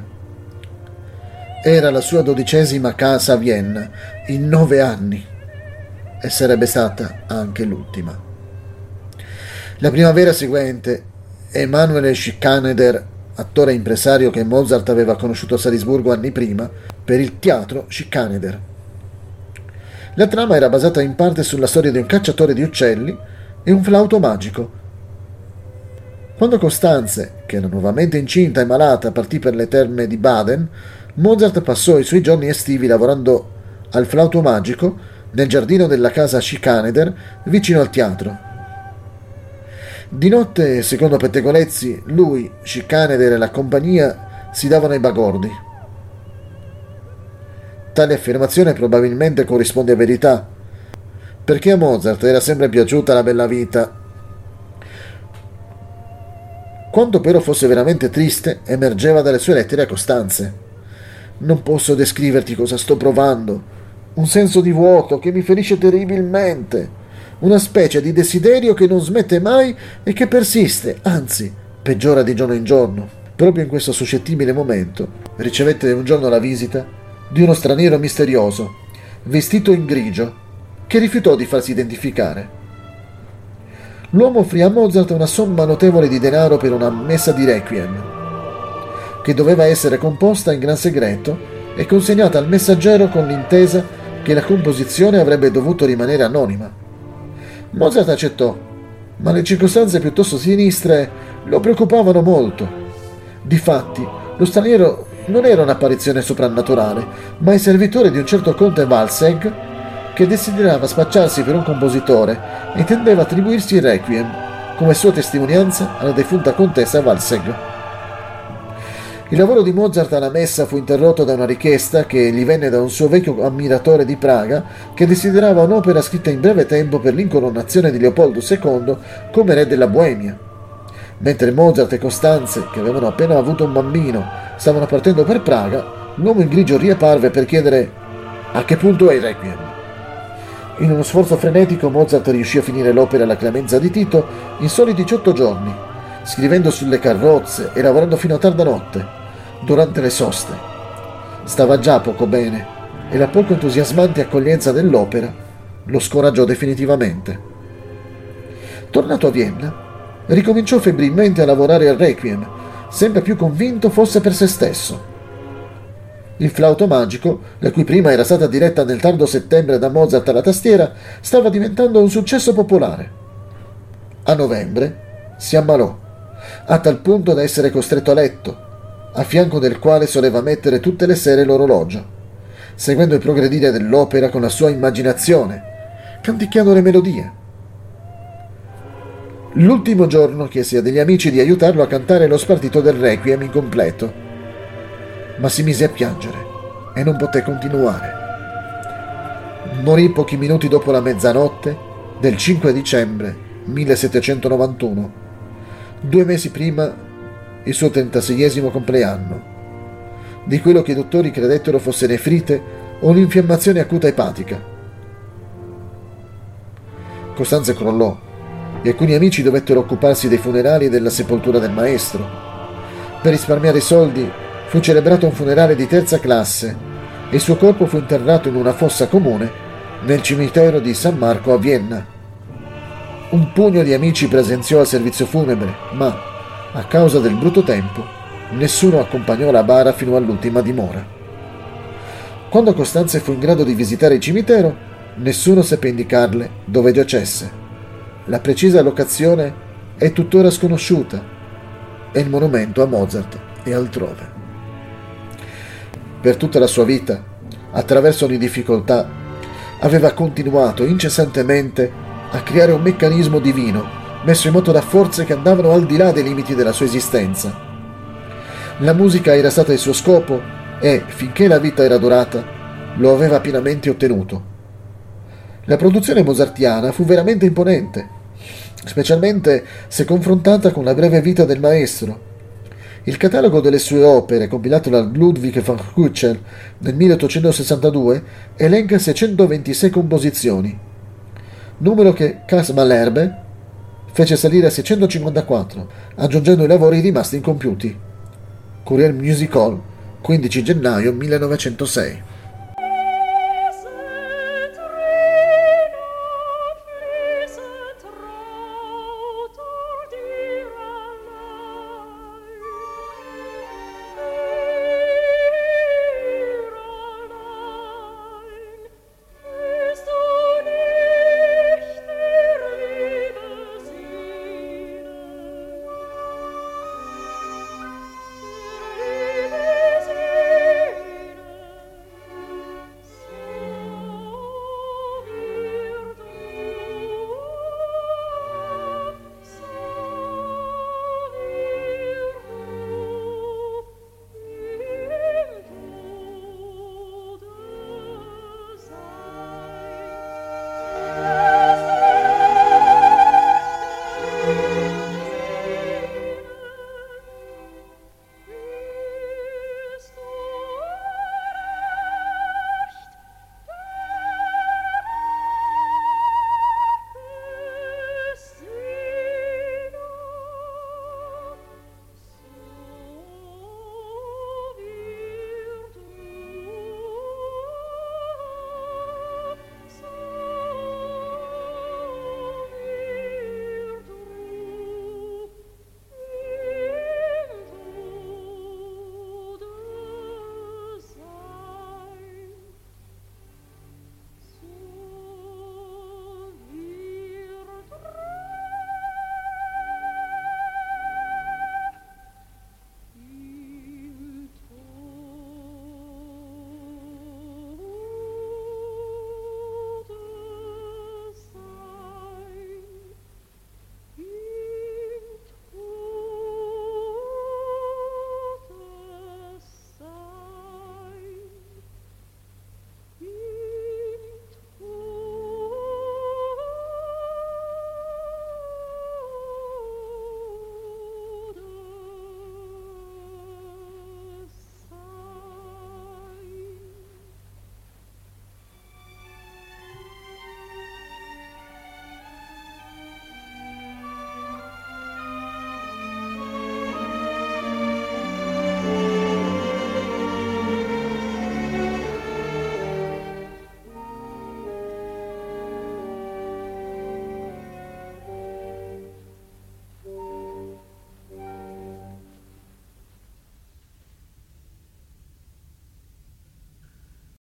Era la sua dodicesima casa a Vienna in nove anni. E sarebbe stata anche l'ultima. La primavera seguente, Emanuele Schikaneder, attore e impresario che Mozart aveva conosciuto a Salisburgo anni prima, per il teatro Schikaneder. La trama era basata in parte sulla storia di un cacciatore di uccelli e un flauto magico. Quando Costanze, che era nuovamente incinta e malata, partì per le terme di Baden, Mozart passò i suoi giorni estivi lavorando al flauto magico nel giardino della casa Schikaneder, vicino al teatro. Di notte, secondo pettegolezzi, lui, Schikaneder e la compagnia si davano i bagordi. Tale affermazione probabilmente corrisponde a verità, perché a Mozart era sempre piaciuta la bella vita. Quanto però fosse veramente triste, emergeva dalle sue lettere a Costanze. Non posso descriverti cosa sto provando. Un senso di vuoto che mi ferisce terribilmente, una specie di desiderio che non smette mai e che persiste, anzi, peggiora di giorno in giorno. Proprio in questo suscettibile momento ricevette un giorno la visita di uno straniero misterioso, vestito in grigio, che rifiutò di farsi identificare. L'uomo offrì a Mozart una somma notevole di denaro per una messa di requiem, che doveva essere composta in gran segreto e consegnata al messaggero con l'intesa che la composizione avrebbe dovuto rimanere anonima. Mozart accettò, ma le circostanze piuttosto sinistre lo preoccupavano molto. Difatti, lo straniero non era un'apparizione soprannaturale, ma il servitore di un certo conte Walsegg che desiderava spacciarsi per un compositore e intendeva attribuirsi il requiem come sua testimonianza alla defunta contessa Walsegg. Il lavoro di Mozart alla messa fu interrotto da una richiesta che gli venne da un suo vecchio ammiratore di Praga che desiderava un'opera scritta in breve tempo per l'incoronazione di Leopoldo secondo come re della Boemia. Mentre Mozart e Costanze, che avevano appena avuto un bambino, stavano partendo per Praga, l'uomo in grigio riapparve per chiedere a che punto è il requiem. In uno sforzo frenetico Mozart riuscì a finire l'opera alla clemenza di Tito in soli diciotto giorni, scrivendo sulle carrozze e lavorando fino a tarda notte, durante le soste. Stava già poco bene e la poco entusiasmante accoglienza dell'opera lo scoraggiò definitivamente. Tornato a Vienna, ricominciò febbrilmente a lavorare al requiem, sempre più convinto fosse per se stesso. Il flauto magico, la cui prima era stata diretta nel tardo settembre da Mozart alla tastiera, stava diventando un successo popolare. A novembre si ammalò, a tal punto da essere costretto a letto, a fianco del quale soleva mettere tutte le sere l'orologio, seguendo il progredire dell'opera con la sua immaginazione, canticchiando le melodie. L'ultimo giorno chiese a degli amici di aiutarlo a cantare lo spartito del Requiem incompleto, ma si mise a piangere e non poté continuare. Morì pochi minuti dopo la mezzanotte del cinque dicembre millesettecentonovantuno, due mesi prima il suo trentaseiesimo compleanno, di quello che i dottori credettero fosse nefrite o un'infiammazione acuta epatica. Costanzo crollò e alcuni amici dovettero occuparsi dei funerali e della sepoltura del maestro. Per risparmiare soldi fu celebrato un funerale di terza classe e il suo corpo fu interrato in una fossa comune nel cimitero di San Marco a Vienna. Un pugno di amici presenziò al servizio funebre, ma, a causa del brutto tempo, nessuno accompagnò la bara fino all'ultima dimora. Quando Costanze fu in grado di visitare il cimitero, nessuno seppe indicarle dove giacesse. La precisa locazione è tuttora sconosciuta e il monumento a Mozart è altrove. Per tutta la sua vita, attraverso ogni difficoltà, aveva continuato incessantemente a creare un meccanismo divino messo in moto da forze che andavano al di là dei limiti della sua esistenza. La musica era stata il suo scopo e, finché la vita era durata, lo aveva pienamente ottenuto. La produzione mozartiana fu veramente imponente, specialmente se confrontata con la breve vita del maestro. Il catalogo delle sue opere, compilato da Ludwig van Kuchel nel milleottocentosessantadue, elenca seicentoventisei composizioni, numero che Cas Malherbe fece salire a seicentocinquantaquattro, aggiungendo i lavori rimasti incompiuti. Courier Music Hall, quindici gennaio millenovecentosei.